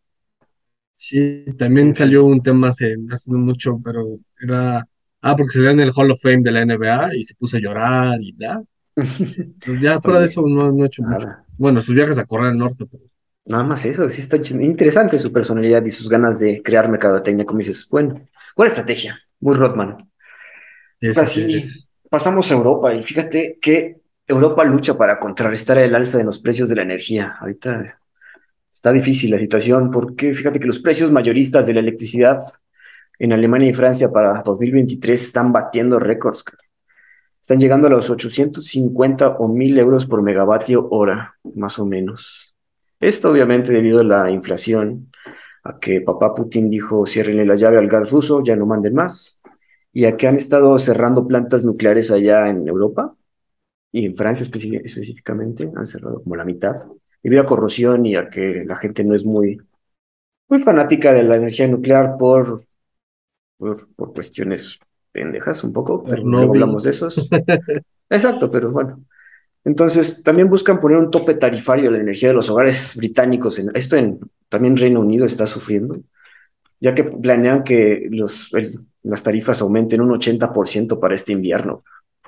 Sí, también en salió fin. un tema hace, hace no mucho, pero era, ah, porque salió en el Hall of Fame de la N B A y se puso a llorar y bla. Pero ya fuera de eso Oye, no, no he hecho mucho. nada. Bueno, sus viajes a Corea del Norte, pero Nada más eso, sí está ch- interesante su personalidad y sus ganas de crear mercadotecnia, como dices. Bueno, buena estrategia, muy Rodman. sí, Ahora sí, sí, sí, es. pasamos a Europa y fíjate que Europa lucha para contrarrestar el alza de los precios de la energía. Ahorita está difícil la situación porque fíjate que los precios mayoristas de la electricidad en Alemania y Francia para dos mil veintitrés están batiendo récords, cara. Están llegando a los ochocientos cincuenta o mil euros por megavatio hora, más o menos. Esto obviamente debido a la inflación, a que papá Putin dijo ciérrenle la llave al gas ruso, ya no manden más, y a que han estado cerrando plantas nucleares allá en Europa y en Francia especi- específicamente, han cerrado como la mitad, debido a corrosión y a que la gente no es muy, muy fanática de la energía nuclear por, por, por cuestiones pendejas un poco, pero luego Chernobyl. hablamos de esos. Exacto, pero bueno. Entonces, también buscan poner un tope tarifario a la energía de los hogares británicos. En, esto en, también Reino Unido está sufriendo, ya que planean que los, el- las tarifas aumenten un ochenta por ciento para este invierno.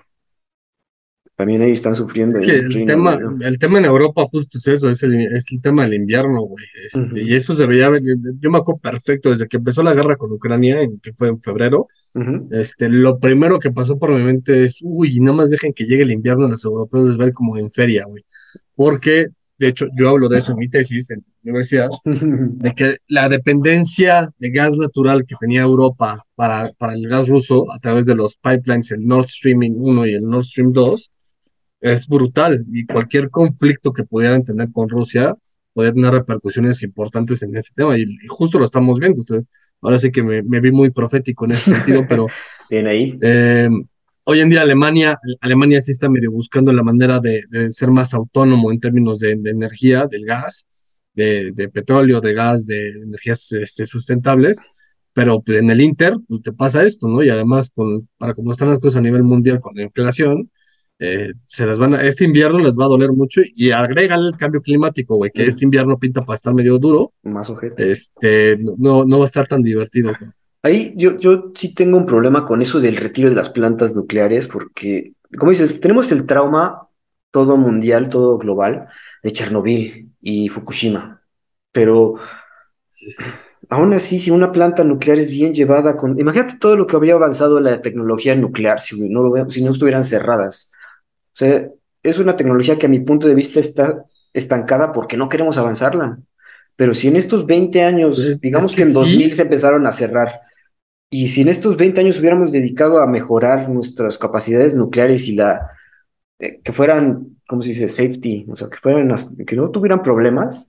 También ahí están sufriendo Es que en el Reino tema, Unido. el tema en Europa justo es eso, es el, es el tema del invierno, güey. Este, y Ujú, eso se veía, venir. Yo me acuerdo perfecto, desde que empezó la guerra con Ucrania, en, que fue en febrero, ujú. este, lo primero que pasó por mi mente es, uy, nada más dejen que llegue el invierno, los europeos les va a ir como en feria, güey. Porque, de hecho, yo hablo de eso en mi tesis en la universidad, de que la dependencia de gas natural que tenía Europa para, para el gas ruso a través de los pipelines, el Nord Stream uno y el Nord Stream dos, es brutal y cualquier conflicto que pudieran tener con Rusia puede tener repercusiones importantes en este tema y, y justo lo estamos viendo. Usted- ahora sí que me, me vi muy profético en ese sentido, pero Bien ahí. eh, hoy en día Alemania, Alemania sí está medio buscando la manera de, de ser más autónomo en términos de, de energía, del gas, de, de petróleo, de gas, de energías este, sustentables. Pero pues, en el Inter, pues te pasa esto, ¿no? Y además, con, para cómo están las cosas a nivel mundial con la inflación, eh, se las van a, este invierno les va a doler mucho y agrégale el cambio climático, güey, que este Mm, invierno pinta para estar medio duro, más ojete. este, no, no no va a estar tan divertido, güey. Ahí yo, yo sí tengo un problema con eso del retiro de las plantas nucleares, porque, como dices, tenemos el trauma todo mundial, todo global, de Chernobyl y Fukushima. Pero Sí, es- aún así, si una planta nuclear es bien llevada con... Imagínate todo lo que habría avanzado la tecnología nuclear si no, lo, ve- si no estuvieran cerradas. O sea, es una tecnología que a mi punto de vista está estancada porque no queremos avanzarla. Pero si en estos veinte años, es, es digamos que que en dos mil sí. se empezaron a cerrar, y si en estos veinte años hubiéramos dedicado a mejorar nuestras capacidades nucleares y la, eh, que fueran, ¿cómo se dice? Safety, o sea, que fueran, las- que no tuvieran problemas,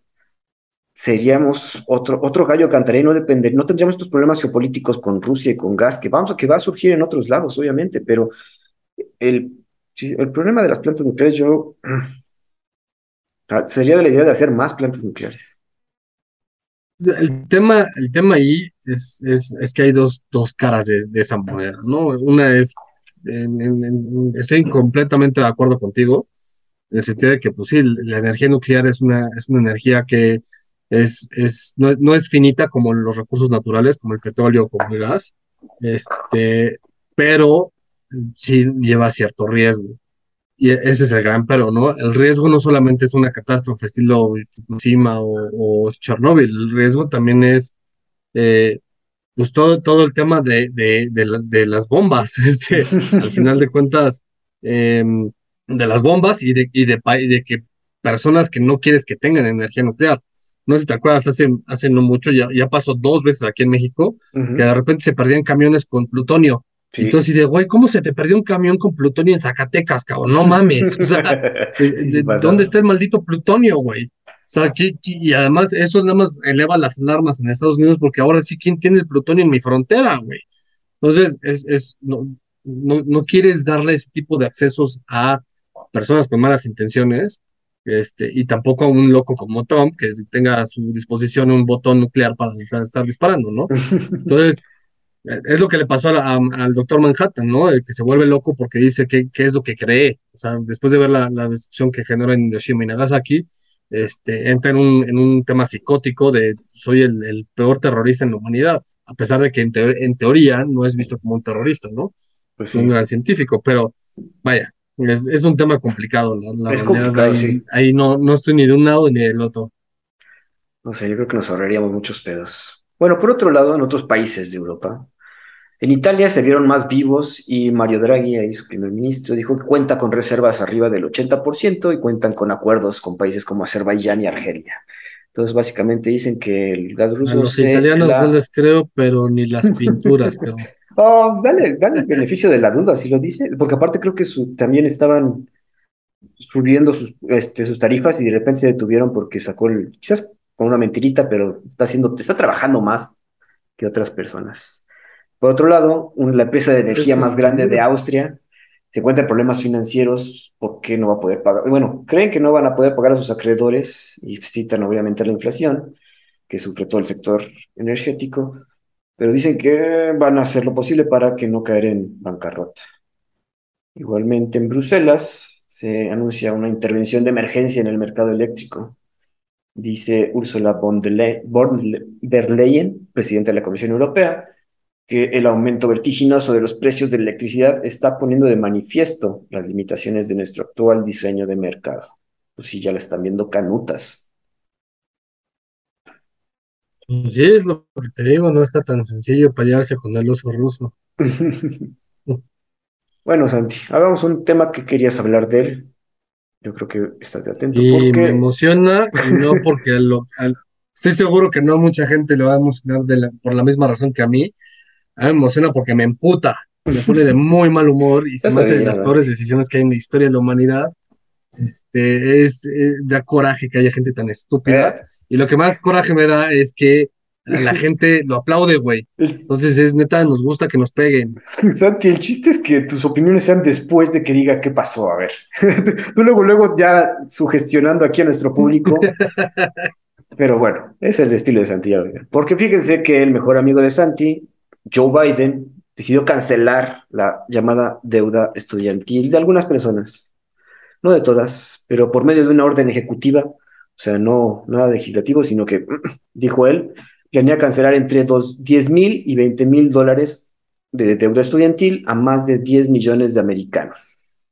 seríamos otro, otro gallo cantaría y no depender, no tendríamos estos problemas geopolíticos con Rusia y con gas, que vamos a, que va a surgir en otros lados, obviamente, pero el, sí, el problema de las plantas nucleares, yo ah, sería de la idea de hacer más plantas nucleares. El tema, el tema ahí es, es, es que hay dos, dos caras de, de esa moneda, ¿no? Una es, en- en- en- estoy completamente de acuerdo contigo, en el sentido de que, pues sí, la energía nuclear es una, es una energía que es, es, no, no es finita como los recursos naturales, como el petróleo, como el gas, este, pero sí lleva cierto riesgo. Y ese es el gran pero, ¿no? El riesgo no solamente es una catástrofe estilo Fukushima o, o Chernobyl, el riesgo también es eh, pues todo, todo el tema de, de, de, la- de las bombas, este, al final de cuentas, eh, de las bombas y de, y, de, pa- y de que personas que no quieres que tengan energía nuclear. No sé si te acuerdas, hace, hace no mucho, ya, ya pasó dos veces aquí en México, que Ujú, de repente se perdían camiones con plutonio. Y tú sí. así de, güey, ¿cómo se te perdió un camión con plutonio en Zacatecas, cabrón? No mames. O sea, de- Sí, sí de- ¿dónde pasa. está el maldito plutonio, güey? O sea, que- que- y además eso nada más eleva las alarmas en Estados Unidos porque ahora sí, ¿quién tiene el plutonio en mi frontera, güey? Entonces, es, es, no, no, no quieres darle ese tipo de accesos a personas con malas intenciones, este, y tampoco a un loco como Trump que tenga a su disposición un botón nuclear para dejar de estar disparando, ¿no? Entonces, eh, es lo que le pasó a la- a- al doctor Manhattan, ¿no? El que se vuelve loco porque dice que, que es lo que cree. O sea, después de ver la, la destrucción que generó en Hiroshima y Nagasaki, este, entra en un, en un tema psicótico de soy el, el peor terrorista en la humanidad, a pesar de que en, teo- en teoría no es visto como un terrorista, ¿no? Pues Es un sí, gran científico, pero vaya, es, es un tema complicado. La, la es realidad complicado, ahí, sí. ahí no, no estoy ni de un lado ni del otro. No sé, yo creo que nos ahorraríamos muchos pedos. Bueno, por otro lado, en otros países de Europa, en Italia se vieron más vivos y Mario Draghi, ahí su primer ministro, dijo que cuenta con reservas arriba del ochenta por ciento y cuentan con acuerdos con países como Azerbaiyán y Argelia. Entonces, básicamente dicen que el gas A ruso los se italianos no la... les creo, pero ni las pinturas, creo. Oh, pues dale, dale el beneficio de la duda si lo dice, porque aparte creo que su- también estaban subiendo sus, este, sus tarifas y de repente se detuvieron porque sacó el, quizás con una mentirita, pero está haciendo, está trabajando más que otras personas. Por otro lado, un- la empresa de energía Eso más es grande de seguro. Austria se encuentra en problemas financieros porque no va a poder pagar. Bueno, creen que no van a poder pagar a sus acreedores y citan obviamente la inflación que sufre todo el sector energético, pero dicen que van a hacer lo posible para que no caer en bancarrota. Igualmente en Bruselas se anuncia una intervención de emergencia en el mercado eléctrico. Dice Ursula von der Le- von der Leyen, presidenta de la Comisión Europea, que el aumento vertiginoso de los precios de la electricidad está poniendo de manifiesto las limitaciones de nuestro actual diseño de mercado. Pues sí, ya la están viendo canutas. Pues sí, es lo que te digo, no está tan sencillo pelearse con el oso ruso. Bueno, Santi, hagamos un tema que querías hablar de él. Yo creo que estás atento Y me porque emociona, y no porque lo, al- estoy seguro que no a mucha gente le va a emocionar de la- por la misma razón que a mí. A mí me emociona porque me emputa, me pone de muy mal humor y se estás me hace de bien, las peores Santi. decisiones que hay en la historia de la humanidad. Este, es, eh, da coraje que haya gente tan estúpida. Eh, Y lo que más coraje me da es que la gente lo aplaude, güey. el- Entonces es neta, nos gusta que nos peguen. Santi, el chiste es que tus opiniones sean después de que diga qué pasó. A ver, tú, tú luego, luego ya sugestionando aquí a nuestro público. Pero bueno, es el estilo de Santiago. Porque fíjense que el mejor amigo de Santi, Joe Biden, decidió cancelar la llamada deuda estudiantil de algunas personas. No de todas, pero por medio de una orden ejecutiva, o sea, no nada legislativo, sino que, dijo él, planea cancelar entre dos, diez mil y veinte mil dólares de deuda estudiantil a más de diez millones de americanos.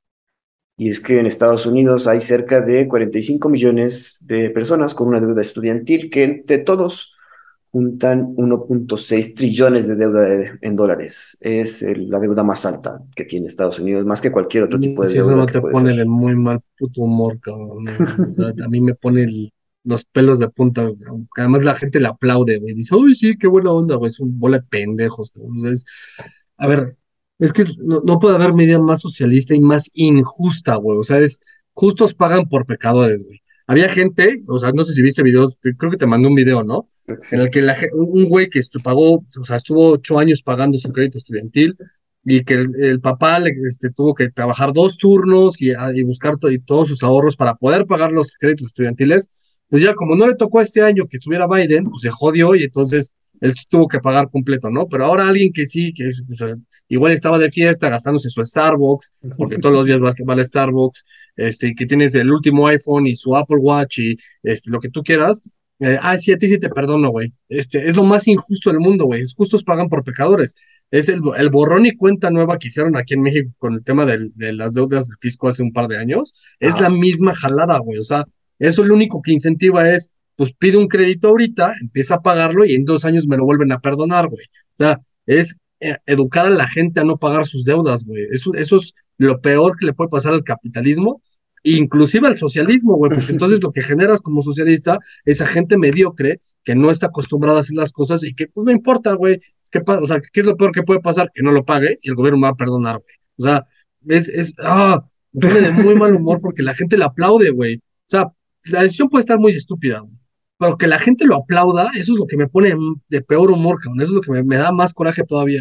Y es que en Estados Unidos hay cerca de cuarenta y cinco millones de personas con una deuda estudiantil que entre todos juntan uno punto seis trillones de deuda de- en dólares. Es el- la deuda más alta que tiene Estados Unidos, más que cualquier otro tipo de Si eso deuda no que te puede ser. pone de muy mal puto humor, cabrón. No, o sea, a mí me pone el- los pelos de punta, güey. Aunque además la gente le aplaude, güey. Dice, uy, sí, qué buena onda, güey. Es un bola de pendejos, cabrón. O sea, es- a ver, es que no, no puede haber medida más socialista y más injusta, güey. O sea, es justos pagan por pecadores, güey. Había gente, o sea, no sé si viste videos, te- creo que te mandé un video, ¿no? Creo que En el sí. que la, ge- un un güey que estu- pagó, o sea, estuvo ocho años pagando su crédito estudiantil y que el, el papá le, este, tuvo que trabajar dos turnos y, a- y buscar to- y todos sus ahorros para poder pagar los créditos estudiantiles, pues ya como no le tocó este año que estuviera Biden, pues se jodió y entonces él tuvo que pagar completo, ¿no? Pero ahora alguien que sí, que o sea, igual estaba de fiesta gastándose su Starbucks, porque todos los días va, va al Starbucks, este, y que tienes el último iPhone y su Apple Watch y este, lo que tú quieras. Eh, ah, sí, a ti sí te perdono, güey. Este, es lo más injusto del mundo, güey. Es justos pagan por pecadores. Es el, el borrón y cuenta nueva que hicieron aquí en México con el tema del- de las deudas del fisco hace un par de años. Es la Ajá. misma jalada, güey. O sea, eso lo único que incentiva es, pues pide un crédito ahorita, empieza a pagarlo y en dos años me lo vuelven a perdonar, güey. O sea, es eh, educar a la gente a no pagar sus deudas, güey. Eso, eso es lo peor que le puede pasar al capitalismo, inclusive al socialismo, güey, porque entonces lo que generas como socialista es a gente mediocre que no está acostumbrada a hacer las cosas y que, pues, no importa, güey. ¿Qué pa- o sea, ¿qué es lo peor que puede pasar? Que no lo pague y el gobierno me va a perdonar, güey. O sea, es, es, ah, me pone de muy mal humor porque la gente le aplaude, güey. O sea, la decisión puede estar muy estúpida, güey. Pero que la gente lo aplauda, eso es lo que me pone de peor humor, cabrón. Eso es lo que me, me da más coraje todavía.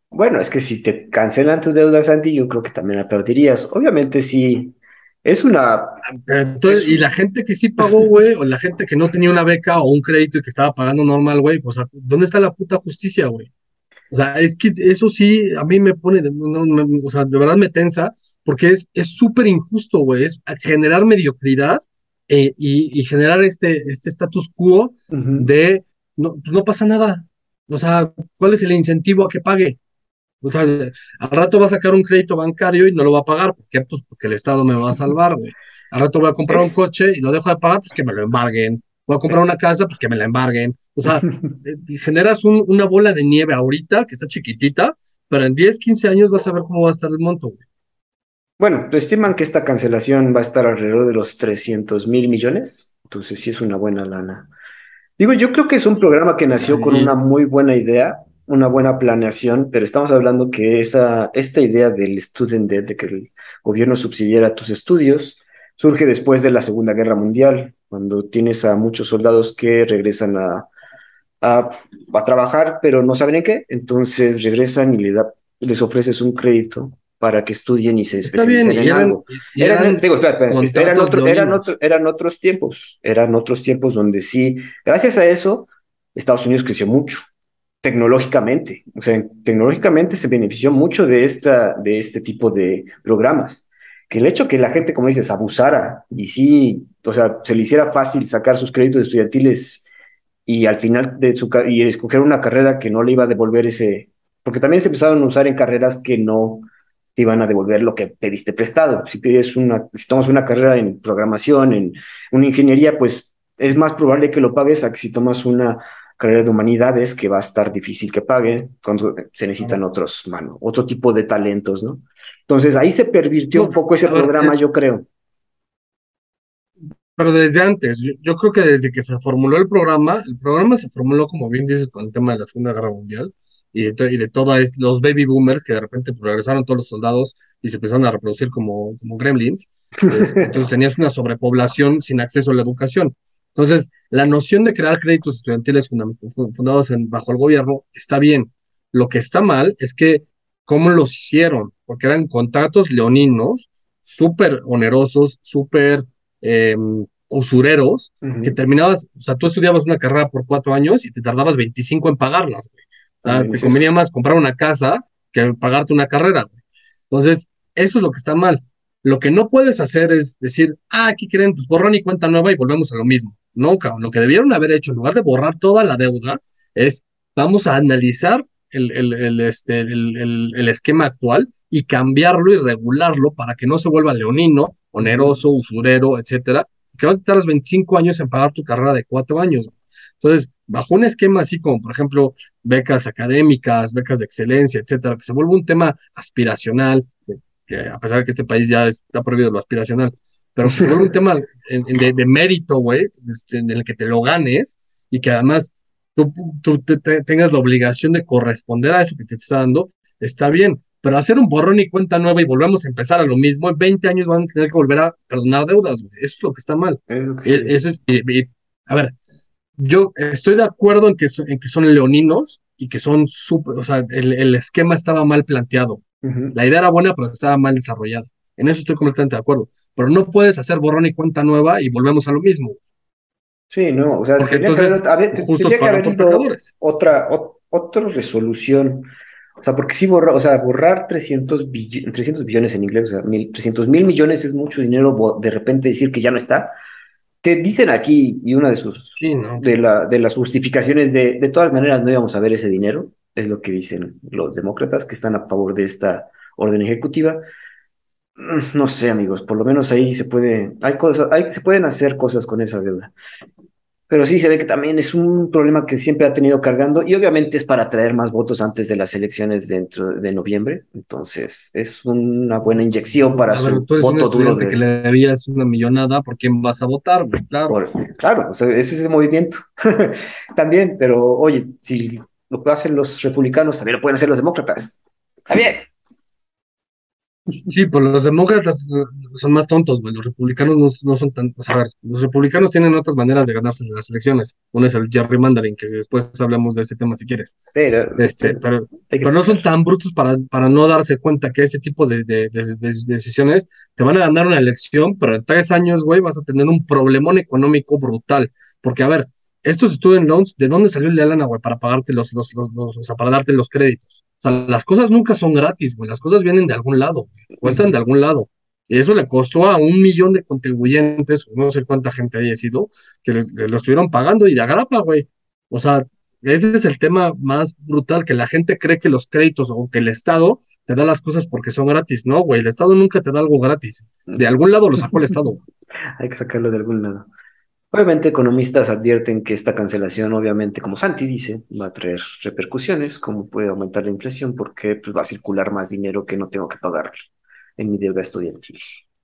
Bueno, es que si te cancelan tu deuda, Santi, yo creo que también aplaudirías. Obviamente sí, es una, Entonces, es y la un- gente que sí pagó, güey, o la gente que no tenía una beca o un crédito y que estaba pagando normal, güey, o sea, ¿dónde está la puta justicia, güey? O sea, es que eso sí, a mí me pone, de- no, me- o sea, de verdad me tensa, porque es es súper injusto, güey, es generar mediocridad eh, y, y generar este, este status quo Ujú. de, no, pues no pasa nada. O sea, ¿cuál es el incentivo a que pague? O sea, al rato va a sacar un crédito bancario y no lo va a pagar. ¿Por qué? Pues porque el Estado me va a salvar, güey. Al rato voy a comprar un Es, coche y lo dejo de pagar, pues que me lo embarguen. Voy a comprar una casa, pues que me la embarguen. O sea, eh, generas un- una bola de nieve ahorita que está chiquitita, pero en diez quince años vas a ver cómo va a estar el monto, güey. bueno, te estiman que esta cancelación va a estar alrededor de los trescientos mil millones, entonces sí es una buena lana. Digo, yo creo que es un programa que nació con una Y muy buena idea, una buena planeación, pero estamos hablando que esa, esta idea del student debt, de que el gobierno subsidiara tus estudios, surge después de la Segunda Guerra Mundial, cuando tienes a muchos soldados que regresan a, a, a trabajar, pero no saben en qué, entonces regresan y le da, les ofreces un crédito para que estudien y se está bien, especialicen y en eran, algo. y y Eran, eran digo, espera, espera, esto, eran, contratos otro, eran, otro, leoninos. eran otros tiempos, eran otros tiempos donde sí, gracias a eso, Estados Unidos creció mucho tecnológicamente. O sea, tecnológicamente se benefició mucho de, esta, de este tipo de programas. Que el hecho que la gente, como dices, abusara y sí, o sea, se le hiciera fácil sacar sus créditos estudiantiles y al final de su ca- y escoger una carrera que no le iba a devolver ese, porque también se empezaron a usar en carreras que no te iban a devolver lo que pediste prestado. Si pides una, si tomas una carrera en programación, en una ingeniería, pues es más probable que lo pagues a que si tomas una carrera de humanidades que va a estar difícil que pague cuando se necesitan Claro. otros, mano, otro tipo de talentos, ¿no? Entonces ahí se pervirtió un No, poco ese a ver, programa, eh, yo creo. pero desde antes, yo, yo creo que desde que se formuló el programa, el programa se formuló, como bien dices, con el tema de la Segunda Guerra Mundial y de, to- y de todos los baby boomers que de repente pues, regresaron todos los soldados y se empezaron a reproducir como, como gremlins. Este, entonces tenías una sobrepoblación sin acceso a la educación. Entonces, la noción de crear créditos estudiantiles fundam- fu- fundados en, bajo el gobierno está bien. Lo que está mal es que cómo los hicieron, porque eran contratos leoninos, súper onerosos, súper eh, usureros que Ujú. terminabas, o sea, tú estudiabas una carrera por cuatro años y te tardabas veinticinco en pagarlas, güey. O sea, También te es eso. convenía más comprar una casa que pagarte una carrera, güey. Entonces, eso es lo que está mal. Lo que no puedes hacer es decir, ah, aquí quieren, pues borrón y cuenta nueva y volvemos a lo mismo. No, cabrón, lo que debieron haber hecho, en lugar de borrar toda la deuda, es vamos a analizar el, el, el, este, el, el, el esquema actual y cambiarlo y regularlo para que no se vuelva leonino, Ujú. oneroso, usurero, etcétera, que va a quitar los veinticinco años en pagar tu carrera de cuatro años. Entonces, bajo un esquema así como, por ejemplo, becas académicas, becas de excelencia, etcétera, que se vuelve un tema aspiracional, que, que a pesar de que este país ya está prohibido lo aspiracional, pero que se vuelve un tema en- en de, de mérito, güey, este, en el que te lo ganes y que además tú, tú te- te- tengas la obligación de corresponder a eso que te está dando, está bien. Pero hacer un borrón y cuenta nueva y volvemos a empezar a lo mismo, en veinte años van a tener que volver a perdonar deudas, güey. Eso es lo que está mal. Es lo que E- sí. Eso es, y- y- a ver, yo estoy de acuerdo en que, son- en que son leoninos y que son súper, o sea, el, el esquema estaba mal planteado. Ujú. La idea era buena, pero estaba mal desarrollada. En eso estoy completamente de acuerdo. Pero no puedes hacer borrón y cuenta nueva y volvemos a lo mismo, Sí, no, o sea, porque tenía que entonces haber, haber- te- justos tendría que pagan haber por ido pecadores. otra, ot- otra resolución. O sea, porque sí borrar, o sea, borrar trescientos bill- trescientos billones en inglés, o sea, mil, trescientos mil millones es mucho dinero, bo- de repente decir que ya no está. Que dicen aquí, y una de sus, Sí, no. de la, de las justificaciones de, de todas maneras no íbamos a ver ese dinero, es lo que dicen los demócratas que están a favor de esta orden ejecutiva. Mm, No sé, amigos, por lo menos ahí se puede, hay cosas, hay, se pueden hacer cosas con esa deuda. Pero sí se ve que también es un problema que siempre ha tenido cargando y obviamente es para atraer más votos antes de las elecciones dentro de noviembre. Entonces es una buena inyección para A ver, su tú eres un voto duro estudiante que de... le debías una millonada, ¿por quién vas a votar, güey? Claro. Por, claro, o sea, ese es ese movimiento también, pero oye, si lo que hacen los republicanos también lo pueden hacer los demócratas. Está bien. Sí, pues los demócratas eh, son más tontos, güey. Los republicanos no, no son tan. O sea, a ver, los republicanos tienen otras maneras de ganarse las elecciones. Uno es el gerrymandering, que después hablamos de ese tema si quieres. Pero Este, es- pero, hay que pero no explicar. son tan brutos para, para no darse cuenta que ese tipo de, de- de- de decisiones te van a ganar una elección, pero en tres años, güey, vas a tener un problemón económico brutal. Porque, a ver, estos student loans, ¿de dónde salió el de lana, güey, para pagarte los, los, los, los- o sea, para darte los créditos? O sea, las cosas nunca son gratis, güey, las cosas vienen de algún lado, güey, cuestan de Ujú. algún lado. Y eso le costó a un millón de contribuyentes, no sé cuánta gente haya sido, que le- le lo estuvieron pagando y de agrapa, güey. O sea, ese es el tema más brutal, que la gente cree que los créditos o que el Estado te da las cosas porque son gratis. No, güey, el Estado nunca te da algo gratis. De algún lado lo sacó el Estado. Hay que sacarlo de algún lado. Obviamente, economistas advierten que esta cancelación, obviamente, como Santi dice, va a traer repercusiones, como puede aumentar la inflación, porque pues, va a circular más dinero que no tengo que pagar en mi deuda estudiantil.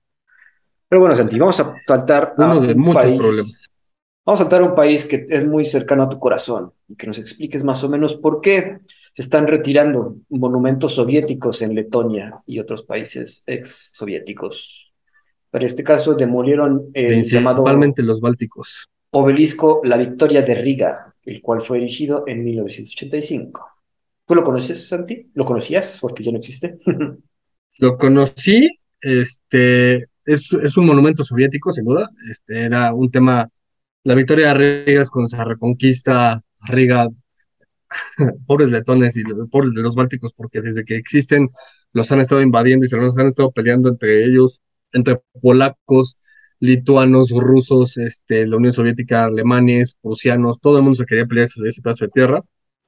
Pero bueno, Santi, vamos a saltar Uno a de un muchos país, problemas. vamos a saltar a un país que es muy cercano a tu corazón y que nos expliques más o menos por qué se están retirando monumentos soviéticos en Letonia y otros países ex soviéticos. Para este caso, demolieron el llamado Principalmente los bálticos. Obelisco La Victoria de Riga, el cual fue erigido en mil novecientos ochenta y cinco. ¿Tú lo conoces, Santi? ¿Lo conocías? Porque ya no existe. Lo conocí, este, es, es un monumento soviético, sin duda. Este, era un tema, la victoria de Riga es cuando se reconquista Riga, pobres letones y los- pobres de los bálticos, porque desde que existen los han estado invadiendo y se los han estado peleando entre ellos, entre polacos, lituanos, rusos, este, la Unión Soviética, alemanes, prusianos, todo el mundo se quería pelear ese, ese pedazo de tierra.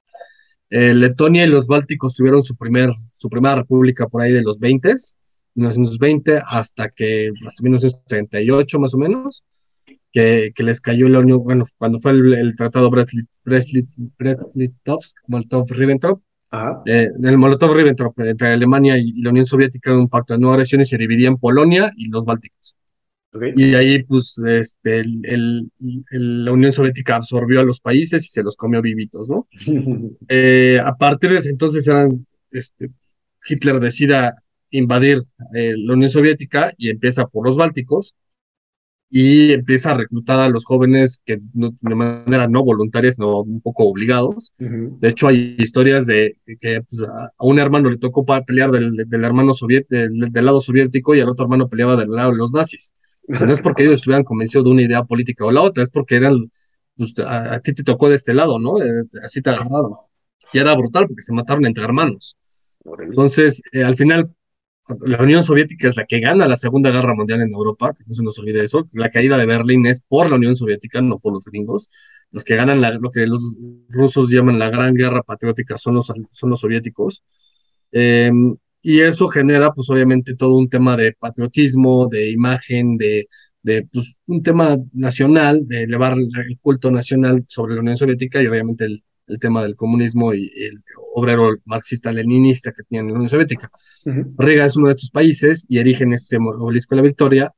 Eh, Letonia y los bálticos tuvieron su primer, su primera república por ahí de los veinte, mil novecientos veinte, hasta que, hasta mil novecientos treinta y ocho más o menos, que, que les cayó la Unión, bueno, cuando fue el, el tratado Brest-Litovsk, Molotov-Ribbentrop, Ajá. eh, el Molotov-Ribbentrop entre Alemania y, y la Unión Soviética, un pacto de no agresión, y se dividía en Polonia y los Bálticos. Ok. Y ahí, pues, este, el, el- el- la Unión Soviética absorbió a los países y se los comió vivitos, ¿no? Eh, a partir de ese entonces eran, este, Hitler decida invadir eh, la Unión Soviética y empieza por los Bálticos y empieza a reclutar a los jóvenes que no- de manera no voluntaria, sino un poco obligados. Ujú. De hecho, hay historias de que pues, a, a un hermano le tocó pa- pelear del, del hermano soviet, del, del lado soviético y al otro hermano peleaba del lado de los nazis. Pero no es Qué porque ellos loco. estuvieran convencidos de una idea política o la otra, es porque eran, pues, a, a ti te tocó de este lado, ¿no? Eh, así te agarraron. Y era brutal porque se mataron entre hermanos. Órale. Entonces, eh, al final, la Unión Soviética es la que gana la Segunda Guerra Mundial en Europa, que no se nos olvide eso. La caída de Berlín es por la Unión Soviética, no por los gringos. Los que ganan la- lo que los rusos llaman la Gran Guerra Patriótica son los, son los soviéticos. Eh, y eso genera, pues obviamente, todo un tema de patriotismo, de imagen, de, de pues, un tema nacional, de elevar el culto nacional sobre la Unión Soviética y obviamente el, el tema del comunismo y el obrero marxista-leninista que tiene la Unión Soviética. Ujú. Riga es uno de estos países y erigen este obelisco de la Victoria,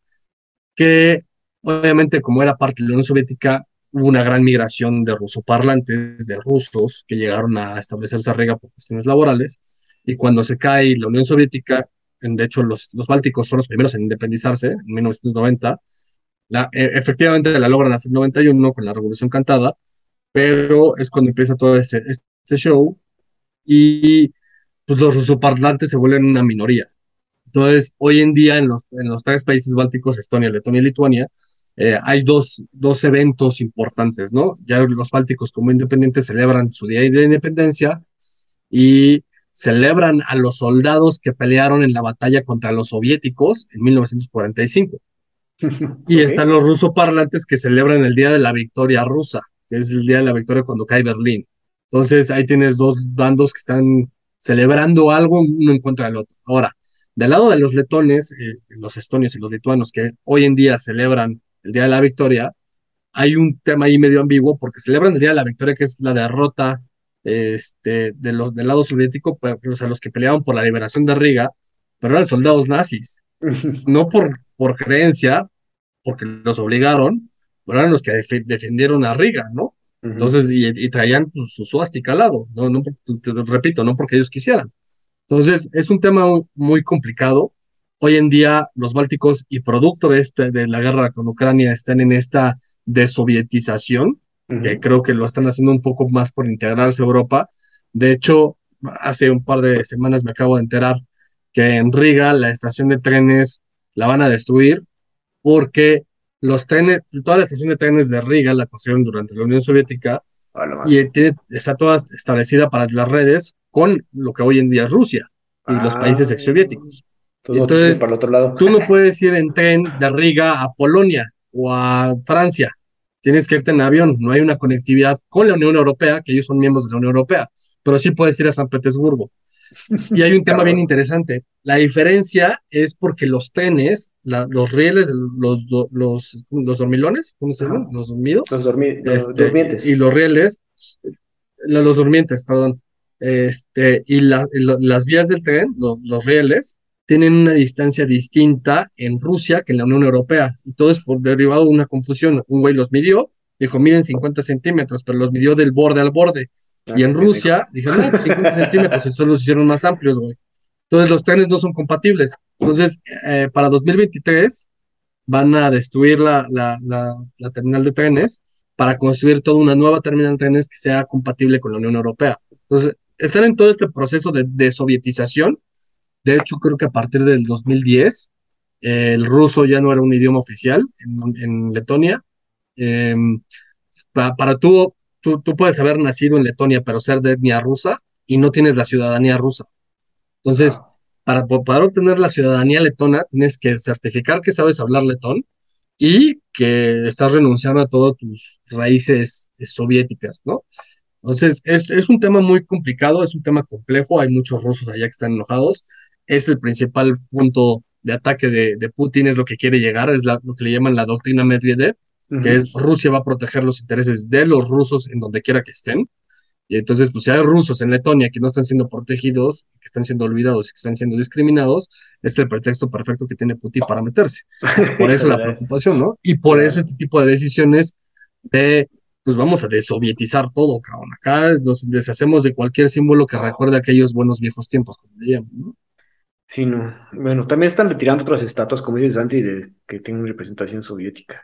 que obviamente como era parte de la Unión Soviética, hubo una gran migración de rusoparlantes, de rusos, que llegaron a establecerse a Riga por cuestiones laborales, y cuando se cae la Unión Soviética, en- de hecho los, los bálticos son los primeros en independizarse, en mil novecientos noventa, la, e- efectivamente la logran hasta el noventa y uno con la Revolución Cantada, pero es cuando empieza todo este, este show y pues los rusoparlantes se vuelven una minoría. Entonces, hoy en día en los, en los tres países bálticos, Estonia, Letonia y Lituania, eh, hay dos, dos eventos importantes, ¿no? Ya los bálticos como independientes celebran su Día de Independencia y celebran a los soldados que pelearon en la batalla contra los soviéticos en mil novecientos cuarenta y cinco. Y Ok. están los rusoparlantes que celebran el Día de la Victoria Rusa, que es el Día de la Victoria cuando cae Berlín. Entonces ahí tienes dos bandos que están celebrando algo uno en contra del otro. Ahora, del lado de los letones, eh, los estonios y los lituanos que hoy en día celebran el Día de la Victoria, hay un tema ahí medio ambiguo porque celebran el Día de la Victoria, que es la derrota este, de los, del lado soviético, pero, o sea, los que peleaban por la liberación de Riga, pero eran soldados nazis, no por, por creencia, porque los obligaron, pero eran los que def- defendieron a Riga, ¿no? Ujú. Entonces, y, y traían pues, su suástica al lado, no, no, por- te, te repito, no porque ellos quisieran. Entonces, es un tema muy complicado. hoy en día los bálticos y producto de, este, de la guerra con Ucrania están en esta desovietización, que Ujú. creo que lo están haciendo un poco más por integrarse a Europa. De hecho, hace un par de semanas me acabo de enterar que en Riga la estación de trenes la van a destruir porque los trenes, toda la estación de trenes de Riga la construyeron durante la Unión Soviética A la y madre. tiene- está toda establecida para las redes con lo que hoy en día es Rusia y los países Ah, exsoviéticos. Y entonces otros siguen entonces, para el otro lado. tú no puedes ir en tren de Riga a Polonia o a Francia. Tienes que irte en avión. No hay una conectividad con la Unión Europea, que ellos son miembros de la Unión Europea, pero sí puedes ir a San Petersburgo. Y hay un tema bien Cabrón. interesante. La diferencia es porque los trenes, la- los rieles, los, do- los, los dormilones, ¿cómo se llaman? Ajá. Los dormidos, Los dormi- los este, y, y durmientes. los rieles, la- los durmientes, perdón, este, y, la- y lo- las vías del tren, lo- los rieles, tienen una distancia distinta en Rusia que en la Unión Europea. Y todo es por derivado de una confusión. Un güey los midió, dijo, miden cincuenta centímetros, pero los midió del borde al borde. Ah, Y qué en pendejo. Rusia dijeron, no, pues cincuenta centímetros, y solo los hicieron más amplios, güey. Entonces los trenes no son compatibles. Entonces, eh, para dos mil veintitrés van a destruir la, la, la, la terminal de trenes para construir toda una nueva terminal de trenes que sea compatible con la Unión Europea. Entonces, están en todo este proceso de desovietización. De hecho, creo que a partir del dos mil diez, eh, el ruso ya no era un idioma oficial en, en Letonia. Eh, pa- para tú, tú, tú puedes haber nacido en Letonia, pero ser de etnia rusa y no tienes la ciudadanía rusa. Entonces, Ah, para po- poder obtener la ciudadanía letona, tienes que certificar que sabes hablar letón y que estás renunciando a todas tus raíces eh, soviéticas, ¿no? Entonces, es, es un tema muy complicado, es un tema complejo, hay muchos rusos allá que están enojados, es el principal punto de ataque de, de Putin, es lo que quiere llegar, es la- lo que le llaman la doctrina Medvedev, que ujú. es Rusia va a proteger los intereses de los rusos en donde quiera que estén, y entonces, pues si hay rusos en Letonia que no están siendo protegidos, que están siendo olvidados y que están siendo discriminados, es el pretexto perfecto que tiene Putin para meterse. Por Hijo eso de la la- preocupación, ¿no? Y por eso Claro. este tipo de decisiones de, pues vamos a desovietizar todo, cabrón. Acá nos deshacemos de cualquier símbolo que recuerde aquellos buenos viejos tiempos, como le llaman, ¿no? Sí, no. Bueno, también están retirando otras estatuas, como dices antes, de, que tienen representación soviética.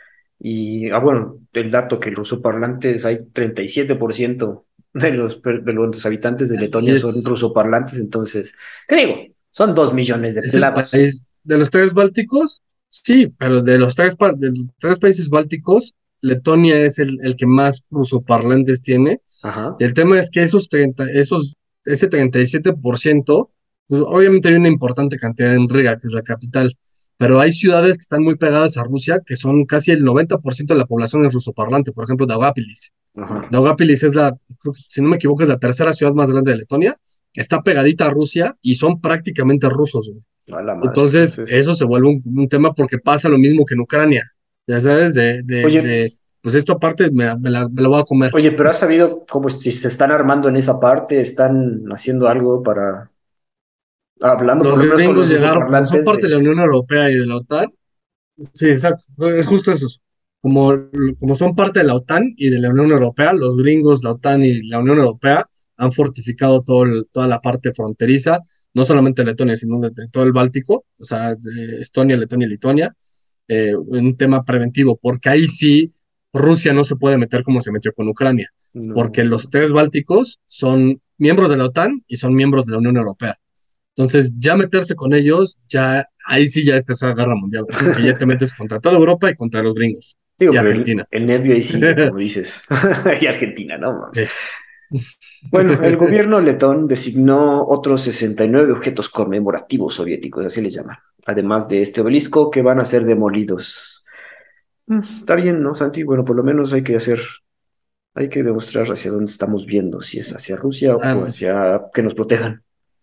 Y, ah, bueno, el dato que los rusoparlantes, hay treinta y siete por ciento de los, per- de los habitantes de Así Letonia son es, rusoparlantes, entonces, ¿qué digo? Son dos millones de es el pelados. país de los tres bálticos, sí, pero de los tres, pa- de los tres países bálticos, Letonia es el, el que más rusoparlantes tiene. Ajá. Y el tema es que esos treinta, esos, ese treinta y siete por ciento, pues obviamente hay una importante cantidad en Riga, que es la capital, pero hay ciudades que están muy pegadas a Rusia, que son casi el noventa por ciento de la población es rusoparlante, por ejemplo, Daugavpils. Ajá. Daugavpils es la, creo que, si no me equivoco, es la tercera ciudad más grande de Letonia, está pegadita a Rusia y son prácticamente rusos, güey. A la madre. Entonces, Entonces, eso se vuelve un, un tema porque pasa lo mismo que en Ucrania, ya sabes, de, de, oye, de pues esto aparte me, me la, me la voy a comer. oye, pero ¿has sabido cómo si se están armando en esa parte? ¿Están haciendo algo para, hablando por Los lo menos con los gringos llegaron, como son rusoparlantes parte de de... la Unión Europea y de la OTAN, sí, exacto, es justo eso. Como, como son parte de la OTAN y de la Unión Europea, los gringos, la OTAN y la Unión Europea han fortificado todo el- toda la parte fronteriza, no solamente de Letonia, sino de, de todo el Báltico, o sea, de Estonia, Letonia y Lituania, eh, un tema preventivo, porque ahí sí Rusia no se puede meter como se metió con Ucrania, porque No, los tres bálticos son miembros de la OTAN y son miembros de la Unión Europea. Entonces, ya meterse con ellos, ya ahí sí ya es tercera guerra mundial, güey, porque ya te metes contra toda Europa y contra los gringos digo, y pero el, Argentina. el nervio ahí sigue, como dices. Y Argentina, ¿no? Mames. Sí. Bueno, el gobierno letón designó otros sesenta y nueve objetos conmemorativos soviéticos, así les llaman, además de este obelisco que van a ser demolidos. Mm, Está bien, ¿no, Santi? Bueno, por lo menos hay que hacer, hay que demostrar hacia dónde estamos viendo, si es hacia Rusia o Claro, hacia que nos protejan.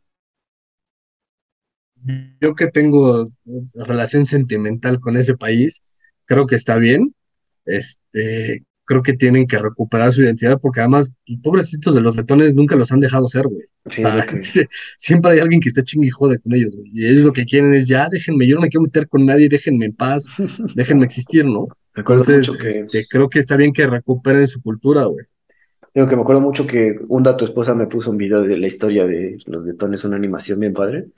yo que tengo relación sentimental con ese país, creo que está bien. Este, creo que tienen que recuperar su identidad porque además, los pobrecitos de los letones nunca los han dejado ser, güey. O Sí, es lo sea, que... siempre hay alguien que esté chingue y jode con ellos, güey. Y ellos lo que quieren es ya, déjenme, yo no me quiero meter con nadie, déjenme en paz, déjenme existir, ¿no? Me acuerdo Entonces, mucho que, este, creo que está bien que recuperen su cultura, güey. digo que me acuerdo mucho que un día tu esposa me puso un video de la historia de los letones, una animación bien padre.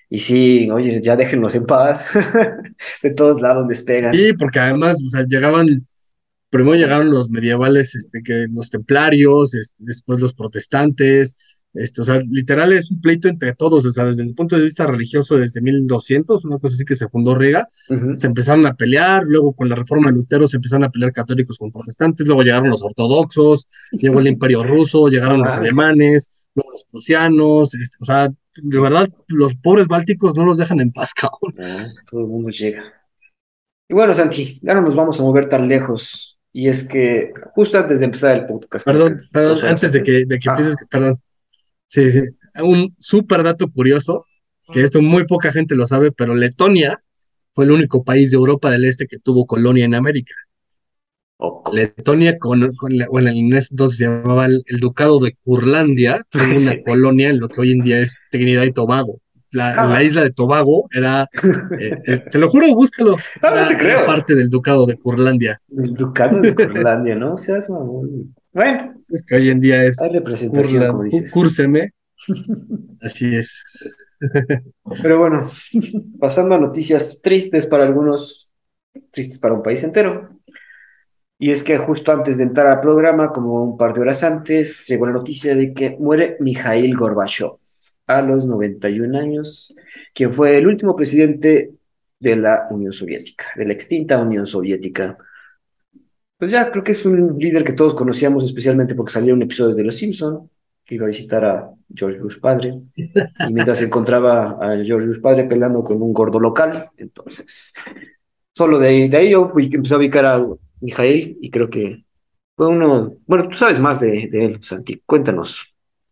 Y sí, oye, ya déjenlos en paz. De todos lados les pegan. Sí, porque además, o sea, llegaban, primero llegaron los medievales, este, que los templarios, este, después los protestantes, este, o sea, literal es un pleito entre todos, o sea, desde el punto de vista religioso, desde mil doscientos, una cosa así que se fundó Riga, se Ujú. empezaron a pelear, luego con la reforma de Lutero se empezaron a pelear católicos con protestantes, luego llegaron los ortodoxos, llegó el Imperio Ruso, No llegaron los mames. alemanes, luego los prusianos, este, o sea, de verdad, los pobres bálticos no los dejan en paz, cabrón. No, todo el mundo llega. Y bueno, Santi, ya no nos vamos a mover tan lejos. Y es que justo antes de empezar el podcast, creo que Perdón, perdón, dos horas antes de antes. que, de que empieces, Ah, perdón. Sí, sí. Un súper dato curioso, que esto muy poca gente lo sabe, pero Letonia fue el único país de Europa del Este que tuvo colonia en América. oco. Letonia, con, con la- bueno, en ese entonces se llamaba el, el Ducado de Curlandia, tuvo una Sí. colonia en lo que hoy en día es Trinidad y Tobago. La, la Ah, isla de Tobago era, eh, eh, te lo juro, búscalo, ah, no te era, era creo. parte del Ducado de Curlandia. El ducado de Curlandia, ¿no? Seas mamón. Bueno, Es que hoy en día es hay representación, como Curland, Cu- dices. Cúrseme, así es. Pero bueno, pasando a noticias tristes para algunos, tristes para un país entero. Y es que justo antes de entrar al programa, como un par de horas antes, llegó la noticia de que muere Mikhail Gorbachev a los noventa y un años, quien fue el último presidente de la Unión Soviética, de la extinta Unión Soviética. Pues ya creo que es un líder que todos conocíamos, especialmente porque salió un episodio de Los Simpson, que iba a visitar a George Bush padre, y mientras se encontraba a George Bush padre peleando con un gordo local, entonces, solo de ahí, de ahí yo ubi- empecé a ubicar a Mijail y creo que fue uno, bueno, tú sabes más de, de él, Santi, cuéntanos.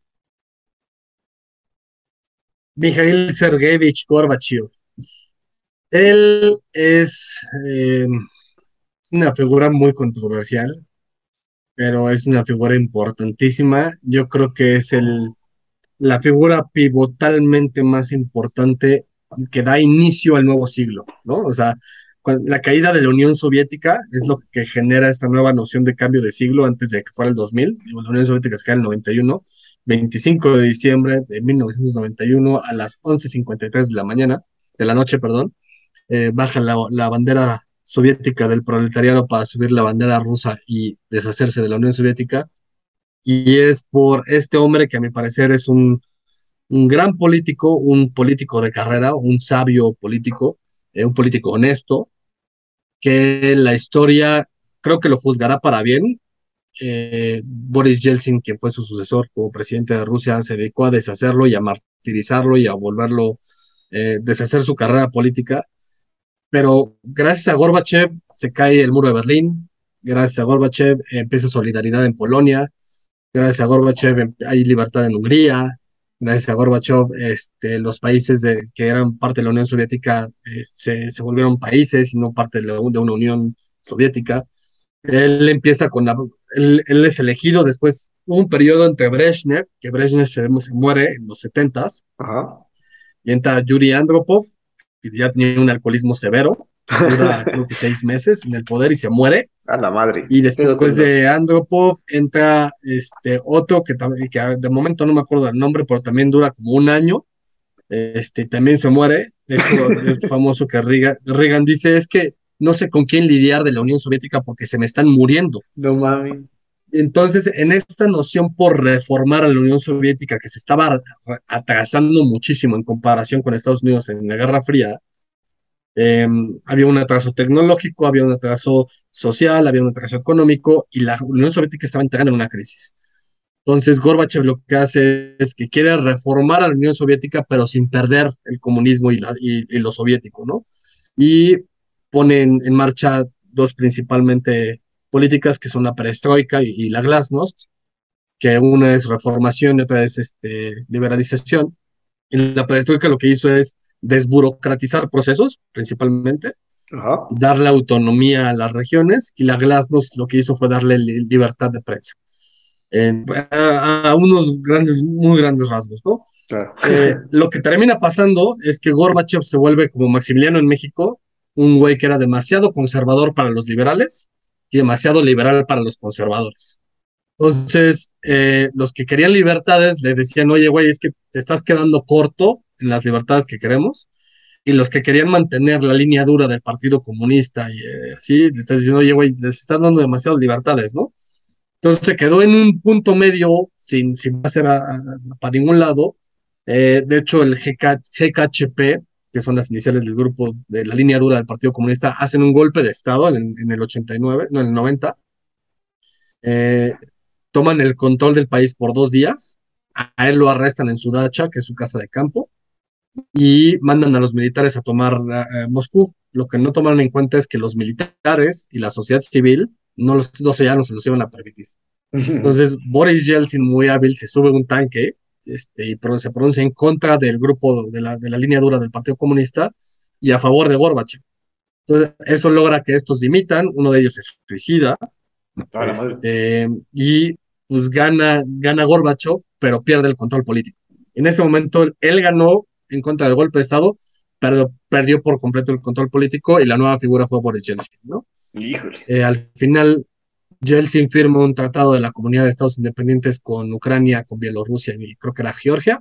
Mikhail Sergeyevich Gorbachev. Él es eh, una figura muy controversial, pero es una figura importantísima. Yo creo que es el, la figura pivotalmente más importante que da inicio al nuevo siglo, ¿no? O sea, cuan- la caída de la Unión Soviética es lo que genera esta nueva noción de cambio de siglo antes de que fuera el dos mil. Digo, la Unión Soviética se cae en el noventa y uno, veinticinco de diciembre de mil novecientos noventa y uno a las once cincuenta y tres de la mañana, de la noche, perdón, eh, baja la, la bandera soviética del proletariado para subir la bandera rusa y deshacerse de la Unión Soviética. Y es por este hombre que a mi parecer es un, un gran político, un político de carrera, un sabio político, eh, un político honesto, que la historia creo que lo juzgará para bien. Eh, Boris Yeltsin, quien fue su sucesor como presidente de Rusia, se dedicó a deshacerlo y a martirizarlo y a volverlo, eh, deshacer su carrera política, pero gracias a Gorbachev se cae el muro de Berlín, gracias a Gorbachev eh, empieza solidaridad en Polonia, gracias a Gorbachev em- hay libertad en Hungría, gracias a Gorbachev este, los países de, que eran parte de la Unión Soviética eh, se, se volvieron países y no parte de, la- de una Unión Soviética. Él empieza con la, él, él es elegido después, hubo un periodo entre Brezhnev, que Brezhnev se, se muere en los setentas, Ajá. y entra Yuri Andropov, que ya tenía un alcoholismo severo, dura creo que seis meses en el poder y se muere. A la madre. Y ¿Qué pedo después con de los... Andropov entra este otro que, tam- que de momento no me acuerdo del nombre, pero también dura como un año. Este también se muere. De hecho, es famoso que Reagan, Reagan dice es que no sé con quién lidiar de la Unión Soviética porque se me están muriendo. No mami. Entonces, en esta noción por reformar a la Unión Soviética, que se estaba atrasando muchísimo en comparación con Estados Unidos en la Guerra Fría, eh, había un atraso tecnológico, había un atraso social, había un atraso económico y la Unión Soviética estaba entrando en una crisis. Entonces, Gorbachev lo que hace es que quiere reformar a la Unión Soviética, pero sin perder el comunismo y, la, y, y lo soviético, ¿no? Y pone en, en, marcha dos principalmente políticas, que son la perestroika y, y la glasnost, que una es reformación y otra es este, liberalización. Y la perestroika lo que hizo es desburocratizar procesos, principalmente, Ajá. darle autonomía a las regiones, y la glasnost lo que hizo fue darle li- libertad de prensa. Eh, a, a, unos grandes, muy grandes rasgos, ¿no? Claro. Eh, lo que termina pasando es que Gorbachev se vuelve como Maximiliano en México, un güey que era demasiado conservador para los liberales y demasiado liberal para los conservadores. Entonces, eh, los que querían libertades le decían, oye, güey, es que te estás quedando corto en las libertades que queremos, y los que querían mantener la línea dura del Partido Comunista y eh, así, le estás diciendo, oye, güey, les están dando demasiadas libertades, ¿no? Entonces se quedó en un punto medio sin, sin pasar a- a- para ningún lado. Eh, de hecho, el G K G K H P, que son las iniciales del grupo de la línea dura del Partido Comunista, hacen un golpe de Estado en, en el ochenta y nueve, no, en el noventa. eh, Toman el control del país por dos días. A a él lo arrestan en su dacha, que es su casa de campo, y mandan a los militares a tomar eh, Moscú. Lo que no tomaron en cuenta es que los militares y la sociedad civil no, los, no, se, ya no se los iban a permitir. Entonces, Boris Yeltsin, muy hábil, se sube a un tanque este, y pro- se pronuncia en contra del grupo de la, de la línea dura del Partido Comunista y a favor de Gorbachev. Entonces, eso logra que estos dimitan, uno de ellos se suicida, A la madre. este, y pues gana, gana Gorbachev, pero pierde el control político. En ese momento, él ganó en contra del golpe de Estado, pero perdió por completo el control político y la nueva figura fue Boris Yeltsin, ¿no? Híjole. Eh, al final, Yeltsin firma un tratado de la Comunidad de Estados Independientes con Ucrania, con Bielorrusia y creo que era Georgia.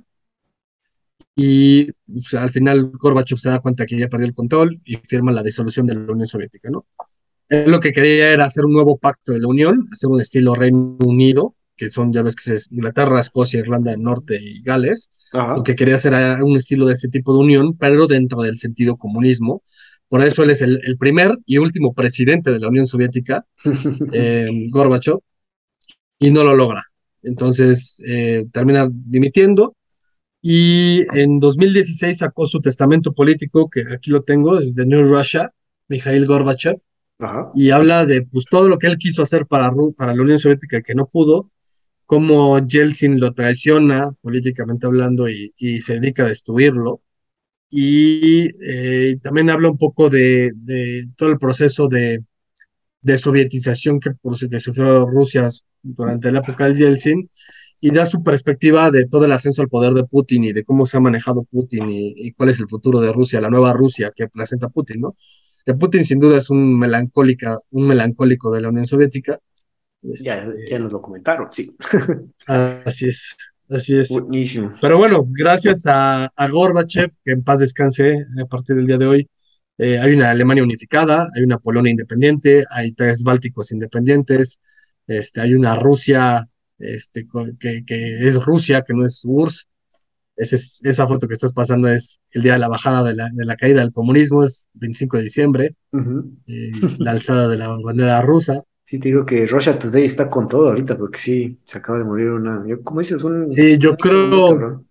Y pues, al final Gorbachev se da cuenta que ya perdió el control y firma la disolución de la Unión Soviética, ¿no? Él lo que quería era hacer un nuevo pacto de la Unión, hacer un estilo Reino Unido, que son, ya ves que es Inglaterra, Escocia, Irlanda del Norte y Gales. Lo Ajá. que quería hacer era un estilo de ese tipo de unión, pero dentro del sentido comunismo. Por eso él es el, el primer y último presidente de la Unión Soviética, eh, Gorbachev, y no lo logra. Entonces eh, termina dimitiendo y en dos mil dieciséis sacó su testamento político, que aquí lo tengo, es The New Russia, Mikhail Gorbachev, Ajá. y habla de pues, todo lo que él quiso hacer para, Ru- para la Unión Soviética que no pudo, cómo Yeltsin lo traiciona políticamente hablando y, y se dedica a destruirlo. Y eh, también habla un poco de, de todo el proceso de de sovietización que, por, que sufrió Rusia durante la época de Yeltsin y da su perspectiva de todo el ascenso al poder de Putin y de cómo se ha manejado Putin y, y cuál es el futuro de Rusia, la nueva Rusia que presenta Putin, ¿no? Que Putin sin duda es un melancólica, un melancólico de la Unión Soviética. Ya, ya Este, nos lo comentaron, sí. así es, así es. Buenísimo. Pero bueno, gracias a, a Gorbachev, que en paz descanse a partir del día de hoy, eh, hay una Alemania unificada, hay una Polonia independiente, hay tres Bálticos independientes, este, hay una Rusia este, co- que, que es Rusia, que no es U R S S. Ese es- esa foto que estás pasando es el día de la bajada de la, de la caída del comunismo, es veinticinco de diciembre, Ujú. eh, la alzada de la bandera rusa. Sí, te digo que Russia Today está con todo ahorita, porque sí, se acaba de morir una. Yo, como dices, un, Sí, yo un ícono muy creo, cabrón.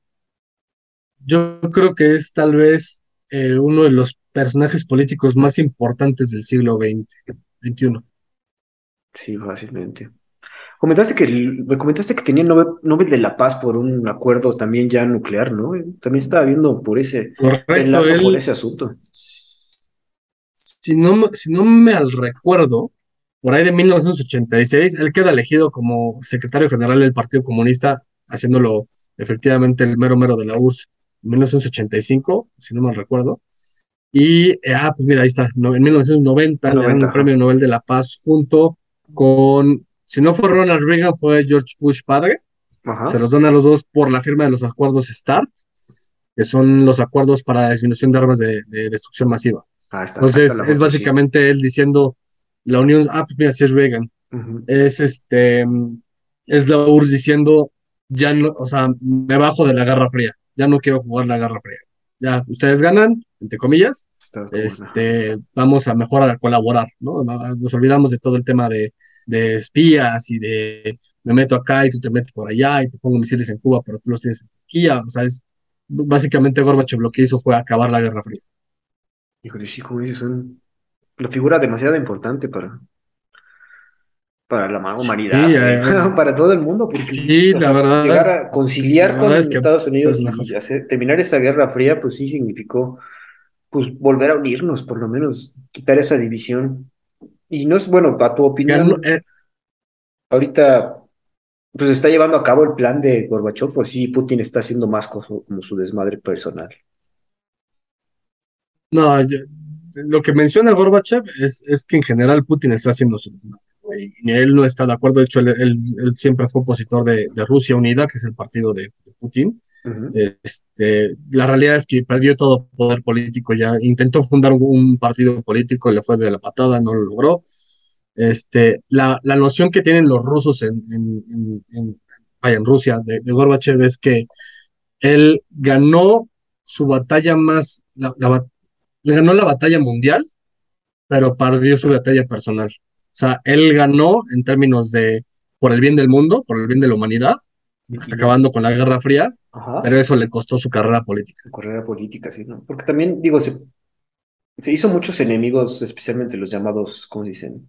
Yo creo que es tal vez eh, uno de los personajes políticos más importantes del siglo veinte, veintiuno. Sí, fácilmente. Comentaste que, el- me comentaste que tenía Nobel, Nobel de la Paz por un acuerdo también ya nuclear, ¿no? También estaba viendo por ese, Correcto, velando por él, ese asunto. si no, me- si no me al recuerdo, por ahí de mil novecientos ochenta y seis, él queda elegido como secretario general del Partido Comunista, haciéndolo efectivamente el mero mero de la U R S S en mil novecientos ochenta y cinco, si no mal recuerdo. Y, eh, ah, pues mira, ahí está, no, en mil novecientos noventa le dan Noventa, el ajá. Premio Nobel de la Paz junto con, si no fue Ronald Reagan, fue George Bush padre. Se Ajá. los dan a los dos por la firma de los acuerdos START, que son los acuerdos para la disminución de armas de, de destrucción masiva. Ahí está, ahí está Entonces, la es foto, sí. básicamente él diciendo, la Unión, ah, pues mira, sí es Reagan, Ujú. es este, es la U R S S diciendo, ya no, o sea, me bajo de la Guerra Fría, ya no quiero jugar la Guerra Fría. Ya, ustedes ganan, entre comillas, Está como, ajá. este, vamos a mejor a colaborar, ¿no? Nos olvidamos de todo el tema de, de espías y de me meto acá y tú te metes por allá y te pongo misiles en Cuba, pero tú los tienes en Turquía. O sea, es básicamente Gorbachev lo que hizo fue acabar la Guerra Fría. Híjole, sí, como dices, son una figura demasiado importante para, para la Sí, humanidad, güey, eh, para todo el mundo, porque sí, sí, o la sea, verdad, llegar a la conciliar verdad es con que Estados Unidos y personajes. hacer, terminar esa Guerra Fría, pues sí significó, pues, volver a unirnos, por lo menos, quitar esa división. Y no es, bueno, a tu Ganó, opinión, eh, ahorita, pues, está llevando a cabo el plan de Gorbachev, o sí, Putin está haciendo más cosas como su desmadre personal. no, yo- lo que menciona Gorbachev es, es que en general Putin está haciendo su desmadre, ¿no? Y, y él no está de acuerdo. De hecho, él, él- él siempre fue opositor de, de Rusia Unida, que es el partido de, de Putin. Ujú. Este, la realidad es que perdió todo poder político ya. Intentó fundar un, un partido político, le fue de la patada, no lo logró. Este, la, la noción que tienen los rusos en, en, en, en- vaya, en Rusia de, de Gorbachev es que él ganó su batalla más, la, la ba- le ganó la batalla mundial, pero perdió su batalla personal. O sea, él ganó en términos de por el bien del mundo, por el bien de la humanidad, Y, y- acabando con la Guerra Fría, pero ajá, eso le costó su carrera política. su carrera política, sí, ¿no? Porque también, digo, se, se hizo muchos enemigos, especialmente los llamados, ¿cómo dicen?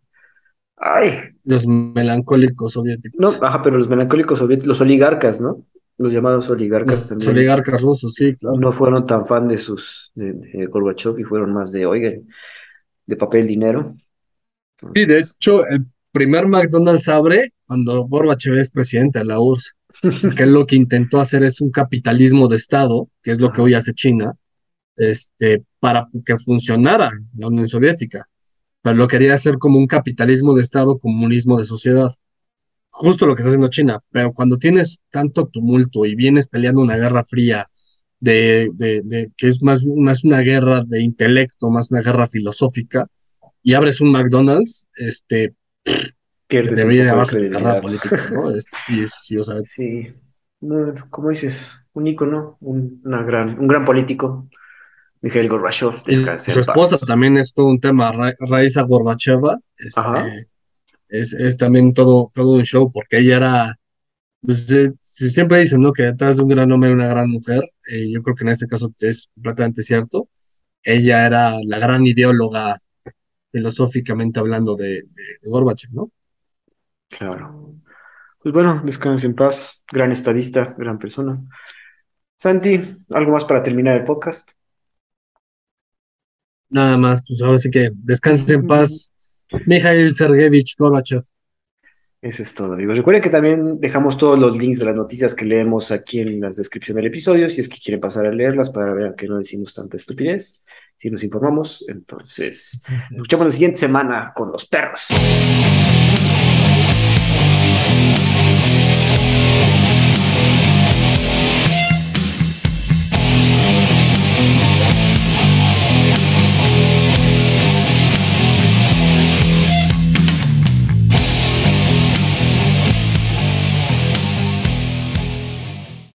Ay, Los melancólicos no, soviéticos, ajá, pero los melancólicos soviéticos, los oligarcas, ¿no? Los llamados oligarcas los también oligarcas rusos, sí, claro. no fueron tan fan de sus, de, de Gorbachev y fueron más de, oigan, de papel dinero. Sí, de Entonces, hecho, el primer McDonald's abre cuando Gorbachev es presidente de la U R S S, porque él lo que intentó hacer es un capitalismo de Estado, que es lo que ajá, hoy hace China, este, para que funcionara la Unión Soviética, pero lo quería hacer como un capitalismo de Estado, comunismo de sociedad, justo lo que está haciendo China, pero cuando tienes tanto tumulto y vienes peleando una guerra fría, de, de, de- que es más, más una guerra de intelecto, más una guerra filosófica, y abres un McDonald's, este, se pierdes te un viene poco de abajo tu carrera credibilidad. política, ¿no? Este, sí, sí, sí, o sea, Sí, no, como dices, un ícono, un, una gran, un gran político, Mikhail Gorbachev, y descanse su en esposa paz. también es todo un tema, Ra- Raisa Gorbacheva, Ajá, este, es, es también todo, todo un show, porque ella era, pues, eh, si- siempre dicen, ¿no? Que detrás de un gran hombre hay una gran mujer, eh, yo creo que en este caso es completamente cierto. Ella era la gran ideóloga filosóficamente hablando de, de, de Gorbachev, ¿no? claro. Pues bueno, descanse en paz, gran estadista, gran persona. Santi, ¿algo más para terminar el podcast? Nada más, pues ahora sí que descanse en paz, Mikhail Sergeyevich Gorbachev. Eso es todo, amigos. Recuerden que también dejamos todos los links de las noticias que leemos aquí en la descripción del episodio, si es que quieren pasar a leerlas para ver que no decimos tanta estupidez, si nos informamos. Entonces, nos escuchamos la siguiente semana con los perros.